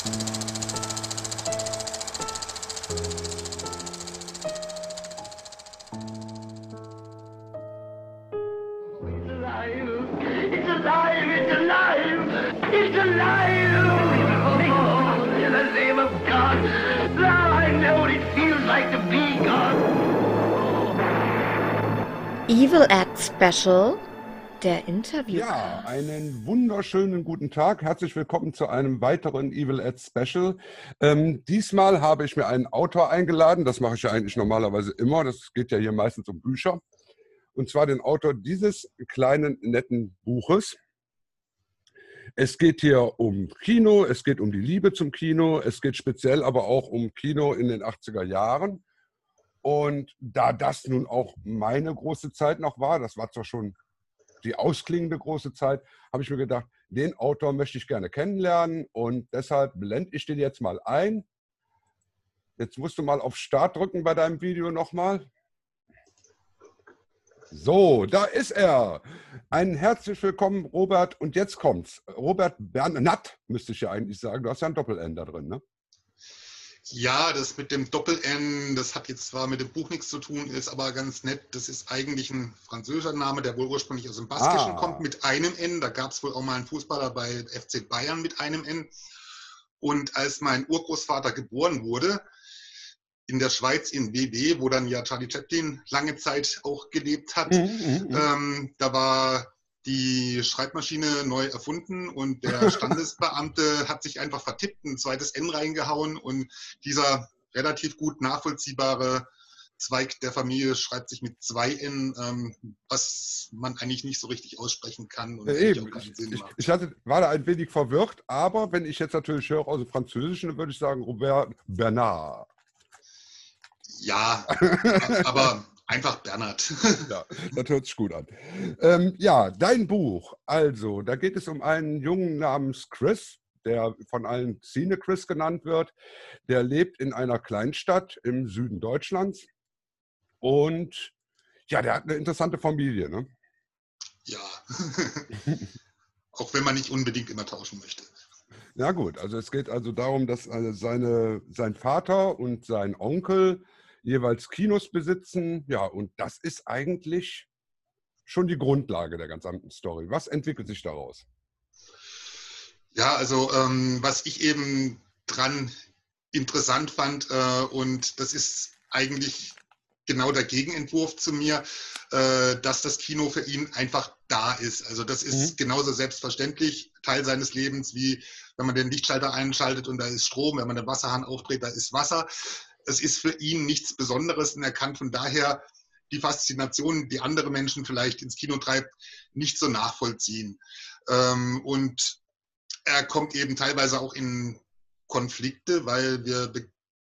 alive! It's alive! It's alive! It's alive! Oh, in the name of God! Now I know what it feels like to be God! Evil Act Special, der Interview. Ja, einen wunderschönen guten Tag. Herzlich willkommen zu einem weiteren Evil Act Special. Diesmal habe ich mir einen Autor eingeladen. Das mache ich ja eigentlich normalerweise immer. Das geht ja hier meistens um Bücher. Und zwar den Autor dieses kleinen, netten Buches. Es geht hier um Kino, es geht um die Liebe zum Kino, es geht speziell aber auch um Kino in den 80er Jahren. Und da das nun auch meine große Zeit noch war, das war zwar schon die ausklingende große Zeit, habe ich mir gedacht, den Autor möchte ich gerne kennenlernen und deshalb blende ich den jetzt mal ein. Jetzt musst du mal auf Start drücken bei deinem Video nochmal. So, da ist er. Ein herzlich willkommen, Robert. Und jetzt kommt's. Robert Bernat, müsste ich ja eigentlich sagen. Du hast ja ein Doppel-N da drin, ne? Ja, das mit dem Doppel-N, das hat jetzt zwar mit dem Buch nichts zu tun, ist aber ganz nett. Das ist eigentlich ein französischer Name, der wohl ursprünglich aus dem Baskischen kommt, mit einem N. Da gab es wohl auch mal einen Fußballer bei FC Bayern mit einem N. Und als mein Urgroßvater geboren wurde, in der Schweiz in WW, wo dann ja Charlie Chaplin lange Zeit auch gelebt hat, da war die Schreibmaschine neu erfunden und der Standesbeamte hat sich einfach vertippt, ein zweites N reingehauen und dieser relativ gut nachvollziehbare Zweig der Familie schreibt sich mit zwei N, was man eigentlich nicht so richtig aussprechen kann und eben. auch keinen Sinn macht. Ich war da ein wenig verwirrt, aber wenn ich jetzt natürlich höre aus dem Französischen, dann würde ich sagen Robert Bernard. Ja, aber einfach Bernhard. Ja, das hört sich gut an. Ja, dein Buch. Also, da geht es um einen Jungen namens Chris, der von allen Cine Chris genannt wird. Der lebt in einer Kleinstadt im Süden Deutschlands. Und ja, der hat eine interessante Familie, ne? Ja, auch wenn man nicht unbedingt immer tauschen möchte. Ja gut, also es geht also darum, dass sein Vater und sein Onkel jeweils Kinos besitzen. Ja, und das ist eigentlich schon die Grundlage der gesamten Story. Was entwickelt sich daraus? Ja, also was ich eben dran interessant fand, und das ist eigentlich genau der Gegenentwurf zu mir, dass das Kino für ihn einfach da ist. Also das ist genauso selbstverständlich Teil seines Lebens, wie wenn man den Lichtschalter einschaltet und da ist Strom, wenn man den Wasserhahn aufdreht, da ist Wasser. Es ist für ihn nichts Besonderes und er kann von daher die Faszination, die andere Menschen vielleicht ins Kino treibt, nicht so nachvollziehen. Und er kommt eben teilweise auch in Konflikte, weil wir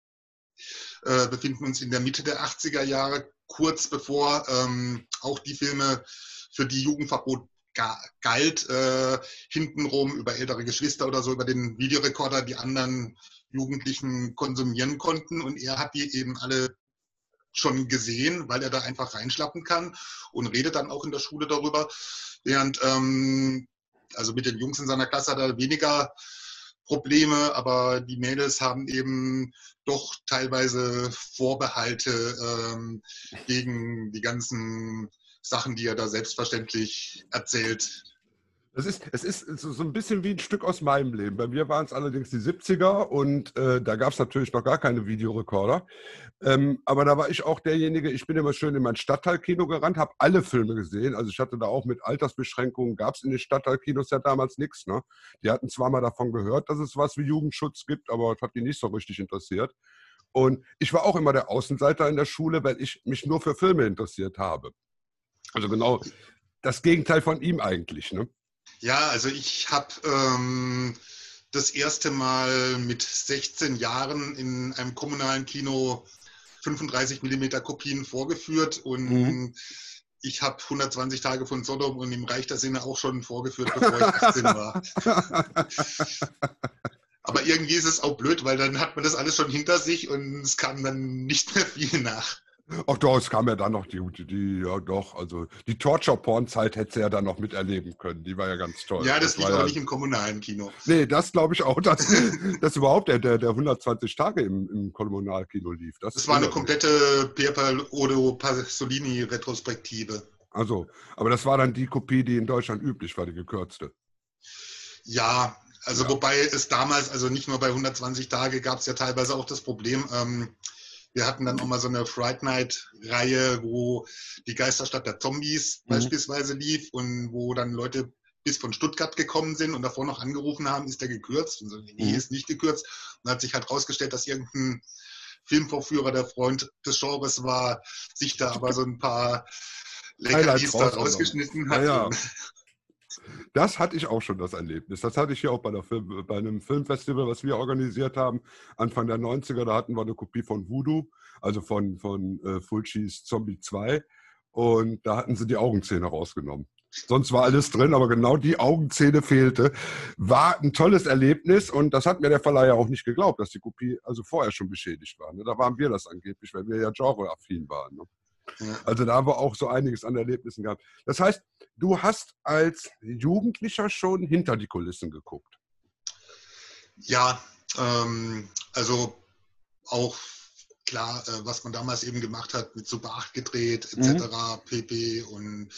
befinden uns in der Mitte der 80er Jahre, kurz bevor auch die Filme, für die Jugendverbot galt, hintenrum über ältere Geschwister oder so, über den Videorekorder die anderen Jugendlichen konsumieren konnten und er hat die eben alle schon gesehen, weil er da einfach reinschlappen kann und redet dann auch in der Schule darüber, während also mit den Jungs in seiner Klasse hat er weniger Probleme, aber die Mädels haben eben doch teilweise Vorbehalte gegen die ganzen Sachen, die er da selbstverständlich erzählt. Es ist so ein bisschen wie ein Stück aus meinem Leben. Bei mir waren es allerdings die 70er und da gab es natürlich noch gar keine Videorekorder. Aber da war ich auch derjenige, ich bin immer schön in mein Stadtteilkino gerannt, habe alle Filme gesehen. Also ich hatte da auch mit Altersbeschränkungen, gab es in den Stadtteilkinos ja damals nichts. Ne? Die hatten zwar mal davon gehört, dass es was wie Jugendschutz gibt, aber das hat die nicht so richtig interessiert. Und ich war auch immer der Außenseiter in der Schule, weil ich mich nur für Filme interessiert habe. Also genau das Gegenteil von ihm eigentlich, ne? Ja, also ich habe das erste Mal mit 16 Jahren in einem kommunalen Kino 35 mm Kopien vorgeführt und ich habe 120 Tage von Sodom und im Reich der Sinne auch schon vorgeführt, bevor ich 18 war. Aber irgendwie ist es auch blöd, weil dann hat man das alles schon hinter sich und es kam dann nicht mehr viel nach. Ach doch, es kam ja dann noch ja doch, also die Torture-Porn-Zeit hätte sie ja dann noch miterleben können. Die war ja ganz toll. Ja, das lief war aber ja, nicht im kommunalen Kino. nee, das glaube ich auch, dass überhaupt der 120 Tage im Kommunalkino lief. Das war eine wundert mich. komplette Pier Pasolini-Retrospektive. Also, aber das war dann die Kopie, die in Deutschland üblich war, die gekürzte. Ja, also Ja. wobei es damals, also nicht nur bei 120 Tage, gab es ja teilweise auch das Problem, wir hatten dann auch mal so eine Fright Night-Reihe, wo die Geisterstadt der Zombies beispielsweise lief und wo dann Leute bis von Stuttgart gekommen sind und davor noch angerufen haben, ist der gekürzt? Und so, nee, ist nicht gekürzt. Und dann hat sich halt rausgestellt, dass irgendein Filmvorführer, der Freund des Genres war, sich da aber so ein paar Leckerlis da rausgeschnitten hat. Ja. Das hatte ich auch schon, das Erlebnis. Das hatte ich hier auch bei einem Filmfestival, was wir organisiert haben, Anfang der 90er. Da hatten wir eine Kopie von Voodoo, also von Fulcis Zombie 2. Und da hatten sie die Augenzähne rausgenommen. Sonst war alles drin, aber genau die Augenzähne fehlte. War ein tolles Erlebnis und das hat mir der Verleiher auch nicht geglaubt, dass die Kopie also vorher schon beschädigt war. Da waren wir das angeblich, weil wir ja genreaffin waren. Also da haben wir auch so einiges an Erlebnissen gehabt. Das heißt, du hast als Jugendlicher schon hinter die Kulissen geguckt. Ja, also auch klar, was man damals eben gemacht hat, mit Super 8 gedreht, etc., pp. Und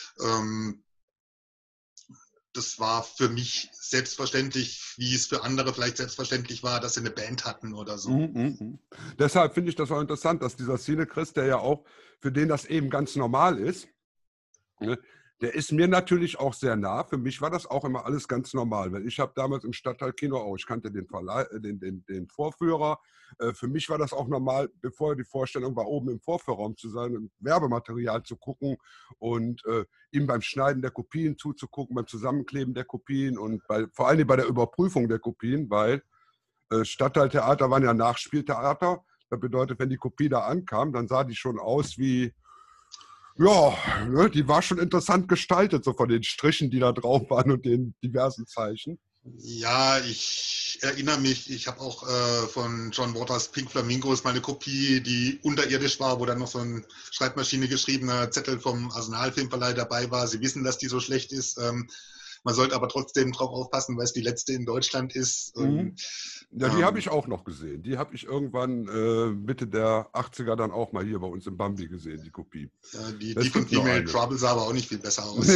das war für mich selbstverständlich, wie es für andere vielleicht selbstverständlich war, dass sie eine Band hatten oder so. Deshalb finde ich das auch interessant, dass dieser Cinechrist, der ja auch, für den das eben ganz normal ist, ne, der ist mir natürlich auch sehr nah. Für mich war das auch immer alles ganz normal. Weil ich habe damals im Stadtteilkino auch, ich kannte den Vorführer. Für mich war das auch normal, bevor die Vorstellung war, oben im Vorführraum zu sein und Werbematerial zu gucken und ihm beim Schneiden der Kopien zuzugucken, beim Zusammenkleben der Kopien und vor allem bei der Überprüfung der Kopien, weil Stadtteiltheater waren ja Nachspieltheater. Das bedeutet, wenn die Kopie da ankam, dann sah die schon aus wie, ja, ne, die war schon interessant gestaltet, so von den Strichen, die da drauf waren und den diversen Zeichen. Ja, ich erinnere mich, ich habe auch von John Waters Pink Flamingos mal eine Kopie, die unterirdisch war, wo dann noch so ein Schreibmaschine geschriebener Zettel vom Arsenal-Filmverleih dabei war. Sie wissen, dass die so schlecht ist. Man sollte aber trotzdem drauf aufpassen, weil es die letzte in Deutschland ist. Ja, die habe ich auch noch gesehen. Die habe ich irgendwann Mitte der 80er dann auch mal hier bei uns in Bambi gesehen, die Kopie. Ja, die von Female Trouble sah aber auch nicht viel besser aus.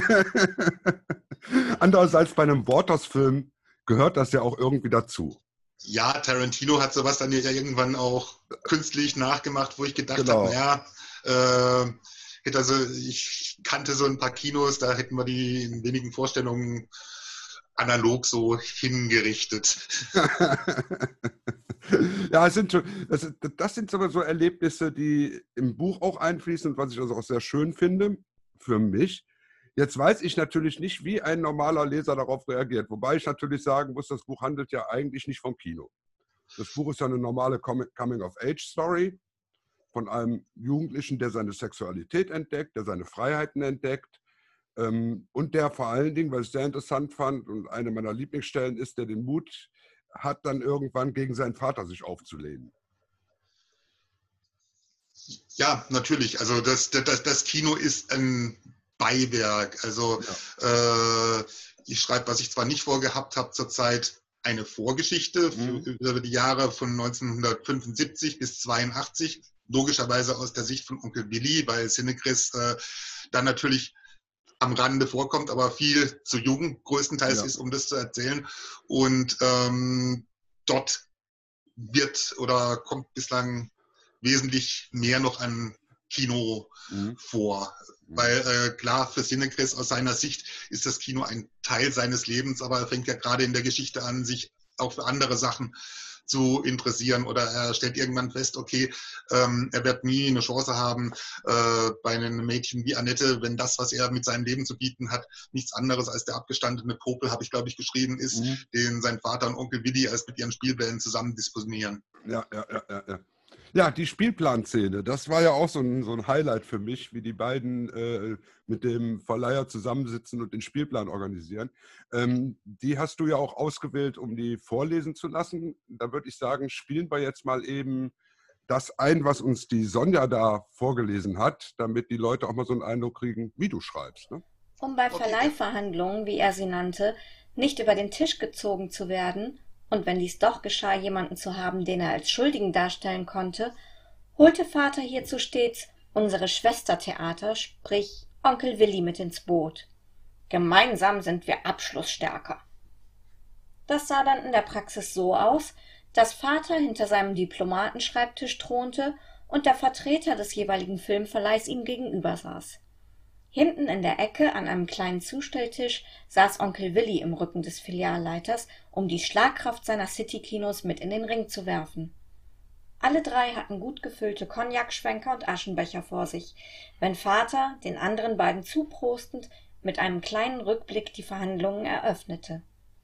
Anders als bei einem Waters-Film gehört das ja auch irgendwie dazu. Ja, Tarantino hat sowas dann ja irgendwann auch künstlich nachgemacht, wo ich gedacht habe, naja, ich kannte so ein paar Kinos, da hätten wir die in wenigen Vorstellungen analog so hingerichtet. Ja, das sind so Erlebnisse, die im Buch auch einfließen und was ich also auch sehr schön finde für mich. Jetzt weiß ich natürlich nicht, wie ein normaler Leser darauf reagiert. Wobei ich natürlich sagen muss, das Buch handelt ja eigentlich nicht vom Kino. Das Buch ist ja eine normale Coming-of-Age-Story von einem Jugendlichen, der seine Sexualität entdeckt, der seine Freiheiten entdeckt und der vor allen Dingen, weil ich es sehr interessant fand und eine meiner Lieblingsstellen ist, der den Mut hat, dann irgendwann gegen seinen Vater sich aufzulehnen. Ja, natürlich. Also das Kino ist ein Beiwerk. Also ich schreibe, was ich zwar nicht vorgehabt habe, zurzeit eine Vorgeschichte über die Jahre von 1975 bis 82, logischerweise aus der Sicht von Onkel Willi, weil Cinechrist dann natürlich am Rande vorkommt, aber viel zu jung größtenteils ist, um das zu erzählen. Und dort wird oder kommt bislang wesentlich mehr noch an Kino vor. Weil klar, für Cinechrist aus seiner Sicht ist das Kino ein Teil seines Lebens, aber er fängt ja gerade in der Geschichte an, sich auch für andere Sachen zu interessieren oder er stellt irgendwann fest, okay, er wird nie eine Chance haben bei einem Mädchen wie Annette, wenn das, was er mit seinem Leben zu bieten hat, nichts anderes als der abgestandene Popel, habe ich glaube ich geschrieben, ist, den sein Vater und Onkel Willi erst mit ihren Spielbällen zusammen disponieren. Ja. Ja, die Spielplanszene, das war ja auch so ein Highlight für mich, wie die beiden mit dem Verleiher zusammensitzen und den Spielplan organisieren. Die hast du ja auch ausgewählt, um die vorlesen zu lassen. Da würde ich sagen, spielen wir jetzt mal eben das ein, was uns die Sonja da vorgelesen hat, damit die Leute auch mal so einen Eindruck kriegen, wie du schreibst. Ne? Um bei Verleihverhandlungen, wie er sie nannte, nicht über den Tisch gezogen zu werden und wenn dies doch geschah, jemanden zu haben, den er als Schuldigen darstellen konnte, holte Vater hierzu stets unsere Schwestertheater, sprich Onkel Willi, mit ins Boot. Gemeinsam sind wir abschlussstärker. Das sah dann in der Praxis so aus, dass Vater hinter seinem Diplomatenschreibtisch thronte und der Vertreter des jeweiligen Filmverleihs ihm gegenüber saß. Hinten in der Ecke an einem kleinen Zustelltisch saß Onkel Willi im Rücken des Filialleiters, um die Schlagkraft seiner Citykinos mit in den Ring zu werfen. Alle drei hatten gut gefüllte Cognac-Schwenker und Aschenbecher vor sich, wenn Vater, den anderen beiden zuprostend, mit einem kleinen Rückblick die Verhandlungen eröffnete.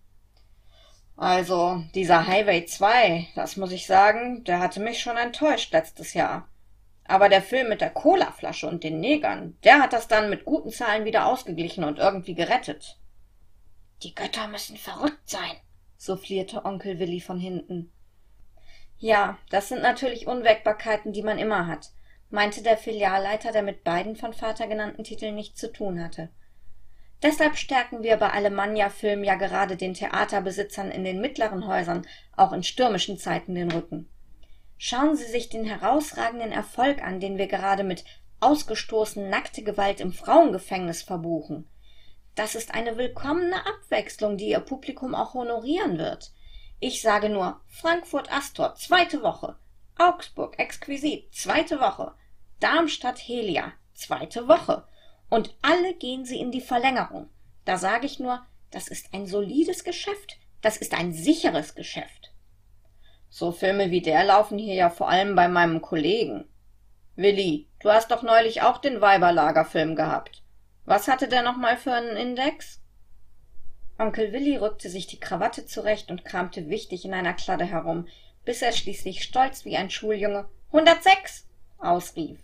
Also, dieser Highway 2, das muss ich sagen, der hatte mich schon enttäuscht letztes Jahr. Aber der Film mit der Colaflasche und den Negern, der hat das dann mit guten Zahlen wieder ausgeglichen und irgendwie gerettet. Die Götter müssen verrückt sein, soufflierte Onkel Willi von hinten. Ja, das sind natürlich Unwägbarkeiten, die man immer hat, meinte der Filialleiter, der mit beiden von Vater genannten Titeln nichts zu tun hatte. Deshalb stärken wir bei Alemannia-Film ja gerade den Theaterbesitzern in den mittleren Häusern auch in stürmischen Zeiten den Rücken. Schauen Sie sich den herausragenden Erfolg an, den wir gerade mit Ausgestoßen nackte Gewalt im Frauengefängnis verbuchen. Das ist eine willkommene Abwechslung, die Ihr Publikum auch honorieren wird. Ich sage nur Frankfurt Astor, 2. Woche, Augsburg Exquisit, 2. Woche, Darmstadt Helia, 2. Woche. Und alle gehen sie in die Verlängerung. Da sage ich nur, das ist ein solides Geschäft, das ist ein sicheres Geschäft. So Filme wie der laufen hier ja vor allem bei meinem Kollegen. Willi, du hast doch neulich auch den Weiberlagerfilm gehabt. Was hatte der nochmal für einen Index? Onkel Willi rückte sich die Krawatte zurecht und kramte wichtig in einer Kladde herum, bis er schließlich stolz wie ein Schuljunge 106 ausrief.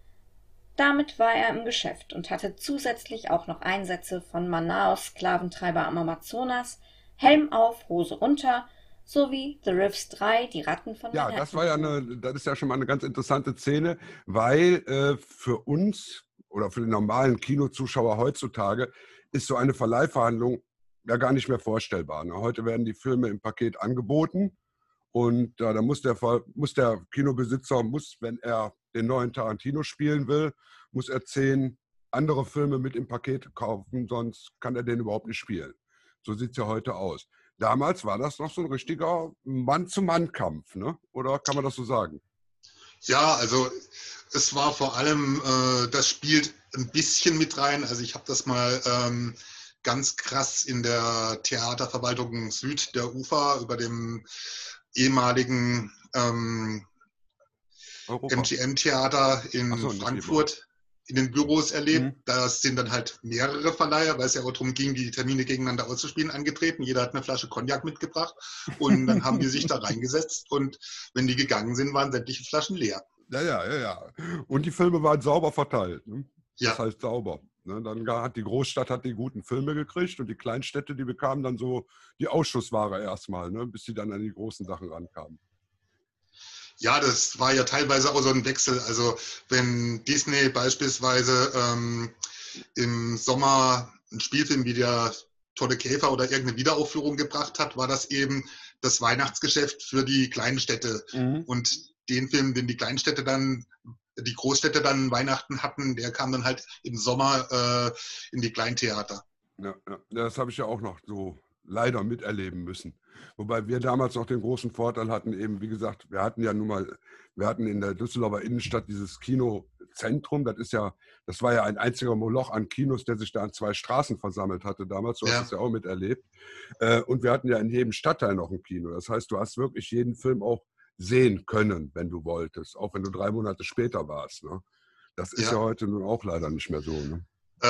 Damit war er im Geschäft und hatte zusätzlich auch noch Einsätze von Manaus Sklaventreiber am Amazonas, Helm auf, Hose runter, sowie The Riffs 3, die Ratten von Ja, das ist ja schon mal eine ganz interessante Szene, weil für uns oder für den normalen Kinozuschauer heutzutage ist so eine Verleihverhandlung ja gar nicht mehr vorstellbar. Ne? Heute werden die Filme im Paket angeboten und da muss der Kinobesitzer, wenn er den neuen Tarantino spielen will, muss er 10 andere Filme mit im Paket kaufen, sonst kann er den überhaupt nicht spielen. So sieht es ja heute aus. Damals war das noch so ein richtiger Mann-zu-Mann-Kampf, ne? Oder kann man das so sagen? Ja, also es war vor allem, das spielt ein bisschen mit rein. Also ich habe das mal ganz krass in der Theaterverwaltung Süd der UFA über dem ehemaligen MGM-Theater in Frankfurt in den Büros erlebt. Da sind dann halt mehrere Verleiher, weil es ja auch darum ging, die Termine gegeneinander auszuspielen, angetreten. Jeder hat eine Flasche Cognac mitgebracht und dann haben die sich da reingesetzt und wenn die gegangen sind, waren sämtliche Flaschen leer. Ja. Und die Filme waren sauber verteilt. Ne? Ja. Das heißt sauber. Ne? Dann hat die Großstadt die guten Filme gekriegt und die Kleinstädte, die bekamen dann so die Ausschussware erstmal, ne? Bis sie dann an die großen Sachen rankamen. Ja, das war ja teilweise auch so ein Wechsel. Also wenn Disney beispielsweise im Sommer einen Spielfilm wie der Tolle Käfer oder irgendeine Wiederaufführung gebracht hat, war das eben das Weihnachtsgeschäft für die kleinen Städte. Und den Film, den die Kleinstädte dann, die Großstädte dann Weihnachten hatten, der kam dann halt im Sommer in die Kleintheater. Ja, das habe ich ja auch noch so leider miterleben müssen. Wobei wir damals noch den großen Vorteil hatten, eben wie gesagt, wir hatten in der Düsseldorfer Innenstadt dieses Kinozentrum, das war ja ein einziger Moloch an Kinos, der sich da an 2 Straßen versammelt hatte damals, du hast es ja auch miterlebt. Und wir hatten ja in jedem Stadtteil noch ein Kino. Das heißt, du hast wirklich jeden Film auch sehen können, wenn du wolltest, auch wenn du 3 Monate später warst. Ne? Das ist ja heute nun auch leider nicht mehr so. Ne?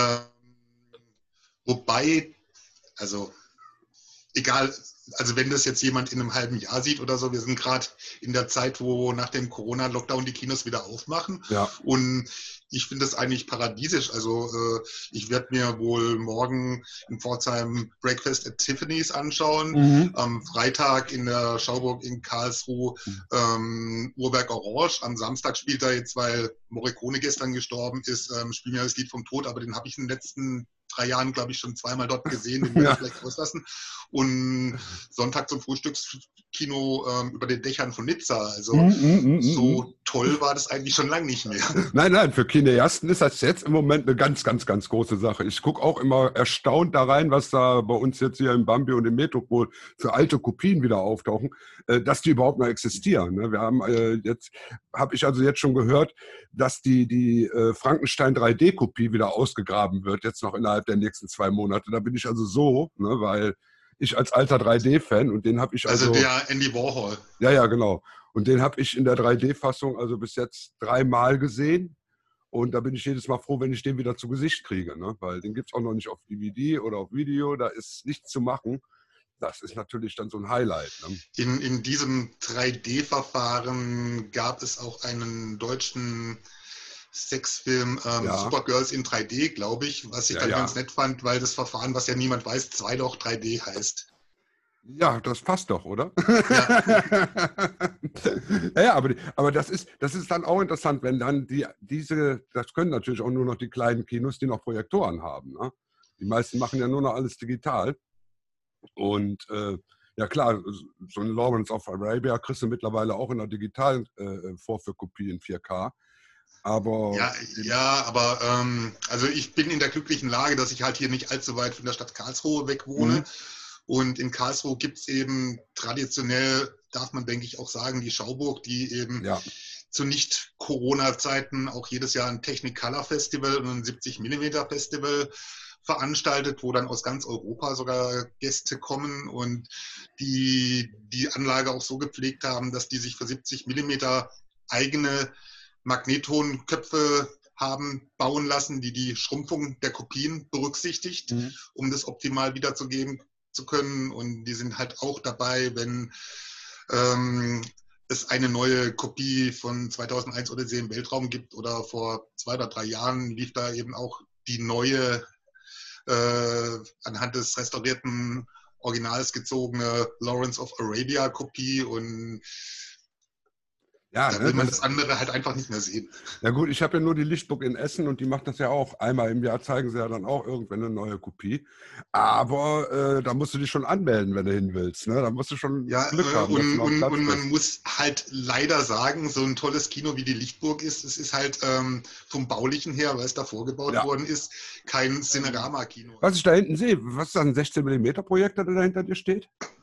Wobei, also egal, also wenn das jetzt jemand in einem halben Jahr sieht oder so, wir sind gerade in der Zeit, wo nach dem Corona-Lockdown die Kinos wieder aufmachen. Ja. Und ich finde es eigentlich paradiesisch. Also ich werde mir wohl morgen in Pforzheim Breakfast at Tiffany's anschauen. Am Freitag in der Schauburg in Karlsruhe Uhrwerk Orange. Am Samstag spielt er jetzt, weil Morricone gestern gestorben ist, spielen wir das Lied vom Tod, aber den habe ich in den letzten 3 Jahren, glaube ich, schon zweimal dort gesehen, den werde ich vielleicht auslassen. Und Sonntag zum Frühstückskino über den Dächern von Nizza. Also so toll war das eigentlich schon lange nicht mehr. Nein, für Cineasten ist das jetzt im Moment eine ganz, ganz, ganz große Sache. Ich gucke auch immer erstaunt da rein, was da bei uns jetzt hier im Bambi und im Metropol für alte Kopien wieder auftauchen, dass die überhaupt noch existieren. Ne? Wir haben habe ich also jetzt schon gehört, dass die Frankenstein 3D-Kopie wieder ausgegraben wird, jetzt noch innerhalb der nächsten 2 Monate. Da bin ich also so, ne, weil ich als alter 3D-Fan und den habe ich also der Andy Warhol. Ja, genau. Und den habe ich in der 3D-Fassung also bis jetzt 3-mal gesehen. Und da bin ich jedes Mal froh, wenn ich den wieder zu Gesicht kriege. Ne? Weil den gibt es auch noch nicht auf DVD oder auf Video. Da ist nichts zu machen. Das ist natürlich dann so ein Highlight. Ne? In diesem 3D-Verfahren gab es auch einen deutschen Sexfilm, Supergirls in 3D, glaube ich, was ich dann ganz nett fand, weil das Verfahren, was ja niemand weiß, 2-Loch 3D heißt. Ja, das passt doch, oder? Ja, aber das ist dann auch interessant, wenn dann das können natürlich auch nur noch die kleinen Kinos, die noch Projektoren haben. Ne? Die meisten machen ja nur noch alles digital. Und ja klar, so ein Lawrence of Arabia kriegst du mittlerweile auch in der digitalen Vorführkopie in 4K. Aber also ich bin in der glücklichen Lage, dass ich halt hier nicht allzu weit von der Stadt Karlsruhe weg wohne. Und in Karlsruhe gibt es eben traditionell, darf man denke ich auch sagen, die Schauburg, die eben zu Nicht-Corona-Zeiten auch jedes Jahr ein Technicolor-Festival und ein 70-mm-Festival veranstaltet, wo dann aus ganz Europa sogar Gäste kommen und die Anlage auch so gepflegt haben, dass die sich für 70 mm eigene Magnettonköpfe haben bauen lassen, die Schrumpfung der Kopien berücksichtigt, um das optimal wiederzugeben zu können. Und die sind halt auch dabei, wenn es eine neue Kopie von 2001 Odyssee im Weltraum gibt oder vor 2 oder 3 Jahren lief da eben auch die neue anhand des restaurierten Originals gezogene Lawrence of Arabia Kopie und da will man das andere halt einfach nicht mehr sehen. Ja gut, ich habe ja nur die Lichtburg in Essen und die macht das ja auch. Einmal im Jahr zeigen sie ja dann auch irgendwann eine neue Kopie. Aber da musst du dich schon anmelden, wenn du hin willst. Ne? Da musst du schon Glück haben. Und man muss halt leider sagen, so ein tolles Kino wie die Lichtburg ist, es ist halt vom Baulichen her, weil es davor gebaut worden ist, kein Cinerama-Kino. Was ich da hinten sehe, was ist das, ein 16mm-Projektor, der da hinter dir steht?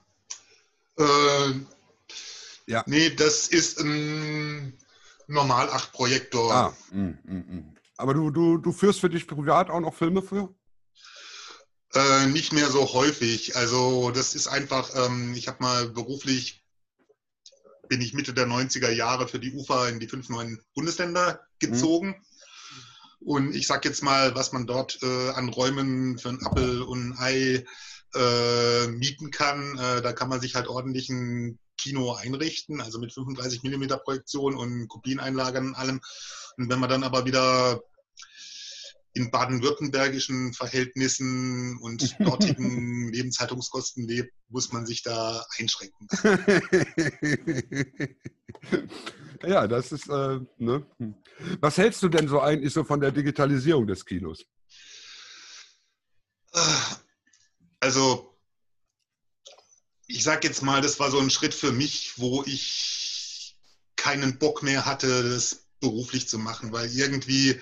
Nee, das ist ein normal 8-Projektor. Aber du führst für dich privat auch noch Filme für? Nicht mehr so häufig. Also das ist einfach, ich habe mal beruflich, bin ich Mitte der 90er Jahre für die UFA in die 5 neuen Bundesländer gezogen. Und ich sag jetzt mal, was man dort an Räumen für einen Appel und ein Ei mieten kann, da kann man sich halt ordentlich ein Kino einrichten, also mit 35 mm Projektion und Kopieneinlagern und allem. Und wenn man dann aber wieder in baden-württembergischen Verhältnissen und dortigen Lebenshaltungskosten lebt, muss man sich da einschränken. Ja, das ist, ne? Was hältst du denn so eigentlich so von der Digitalisierung des Kinos? Also, ich sag jetzt mal, das war so ein Schritt für mich, wo ich keinen Bock mehr hatte, das beruflich zu machen, weil irgendwie,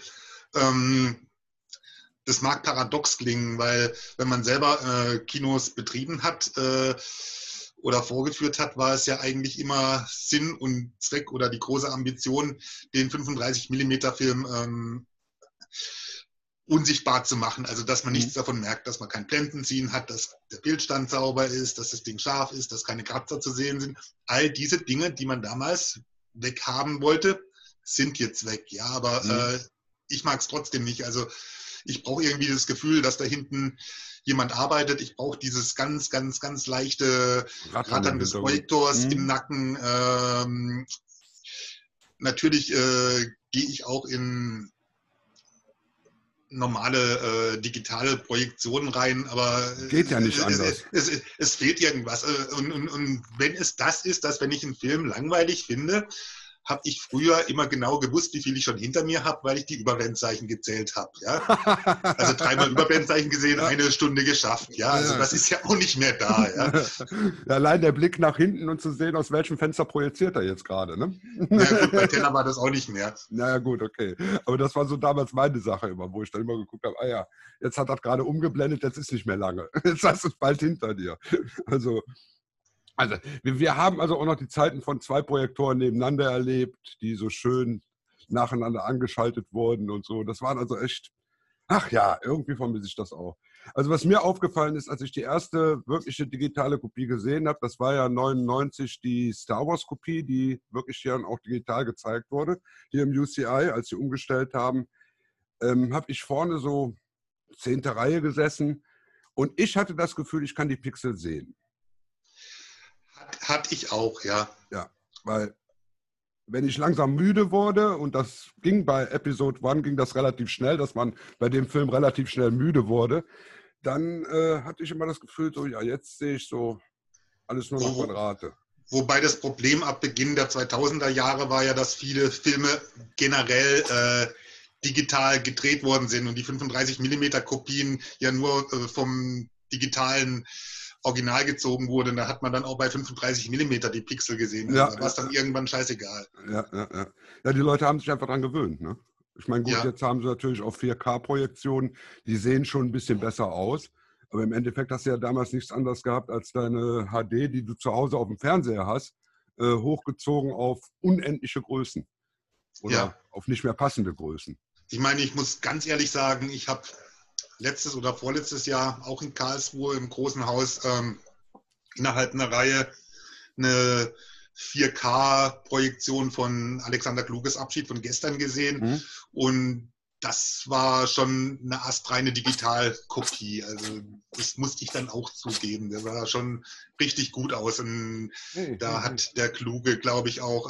das mag paradox klingen, weil wenn man selber Kinos betrieben hat oder vorgeführt hat, war es ja eigentlich immer Sinn und Zweck oder die große Ambition, den 35mm-Film unsichtbar zu machen, also dass man nichts davon merkt, dass man kein Blendenziehen hat, dass der Bildstand sauber ist, dass das Ding scharf ist, dass keine Kratzer zu sehen sind. All diese Dinge, die man damals weghaben wollte, sind jetzt weg. Ja, aber ich mag es trotzdem nicht. Also ich brauche irgendwie das Gefühl, dass da hinten jemand arbeitet. Ich brauche dieses ganz, ganz, ganz leichte Rattern des Projektors im Nacken. Natürlich gehe ich auch in normale digitale Projektion rein, aber Geht ja nicht anders. Es fehlt irgendwas. Und wenn es das ist, dass wenn ich einen Film langweilig finde, habe ich früher immer genau gewusst, wie viel ich schon hinter mir habe, weil ich die Überblendzeichen gezählt habe. Ja? Also 3-mal Überblendzeichen gesehen, 1 Stunde geschafft. Ja? Also das ist ja auch nicht mehr da. Ja? Ja, allein der Blick nach hinten und zu sehen, aus welchem Fenster projiziert er jetzt gerade. Ne? Na gut, bei Teller war das auch nicht mehr. Naja gut, okay. Aber das war so damals meine Sache immer, wo ich dann immer geguckt habe, ah ja, jetzt hat das gerade umgeblendet, jetzt ist nicht mehr lange. Jetzt hast du es bald hinter dir. Also wir haben also auch noch die Zeiten von 2 Projektoren nebeneinander erlebt, die so schön nacheinander angeschaltet wurden und so. Das waren also echt, ach ja, irgendwie vermisse ich das auch. Also was mir aufgefallen ist, als ich die erste wirkliche digitale Kopie gesehen habe, das war ja 99 die Star Wars Kopie, die wirklich hier auch digital gezeigt wurde, hier im UCI, als sie umgestellt haben, habe ich vorne so 10. Reihe gesessen und ich hatte das Gefühl, ich kann die Pixel sehen. Hatte ich auch, ja. Ja, weil wenn ich langsam müde wurde, und das ging bei Episode 1, ging das relativ schnell, dass man bei dem Film relativ schnell müde wurde, dann hatte ich immer das Gefühl, so ja, jetzt sehe ich so alles nur noch Quadrate. Wobei das Problem ab Beginn der 2000er Jahre war ja, dass viele Filme generell digital gedreht worden sind und die 35mm Kopien ja nur vom digitalen Original gezogen wurde. Und da hat man dann auch bei 35mm die Pixel gesehen. Also da war es dann irgendwann scheißegal. Ja, die Leute haben sich einfach dran gewöhnt. Ne? Ich meine, gut, jetzt haben sie natürlich auch 4K-Projektionen, die sehen schon ein bisschen besser aus. Aber im Endeffekt hast du ja damals nichts anderes gehabt als deine HD, die du zu Hause auf dem Fernseher hast, hochgezogen auf unendliche Größen. Oder auf nicht mehr passende Größen. Ich meine, ich muss ganz ehrlich sagen, ich habe letztes oder vorletztes Jahr auch in Karlsruhe im großen Haus innerhalb einer Reihe eine 4K-Projektion von Alexander Kluges Abschied von gestern gesehen. Und das war schon eine astreine Digitalkopie. Also das musste ich dann auch zugeben. Der sah schon richtig gut aus. Und da hat der Kluge, glaube ich, auch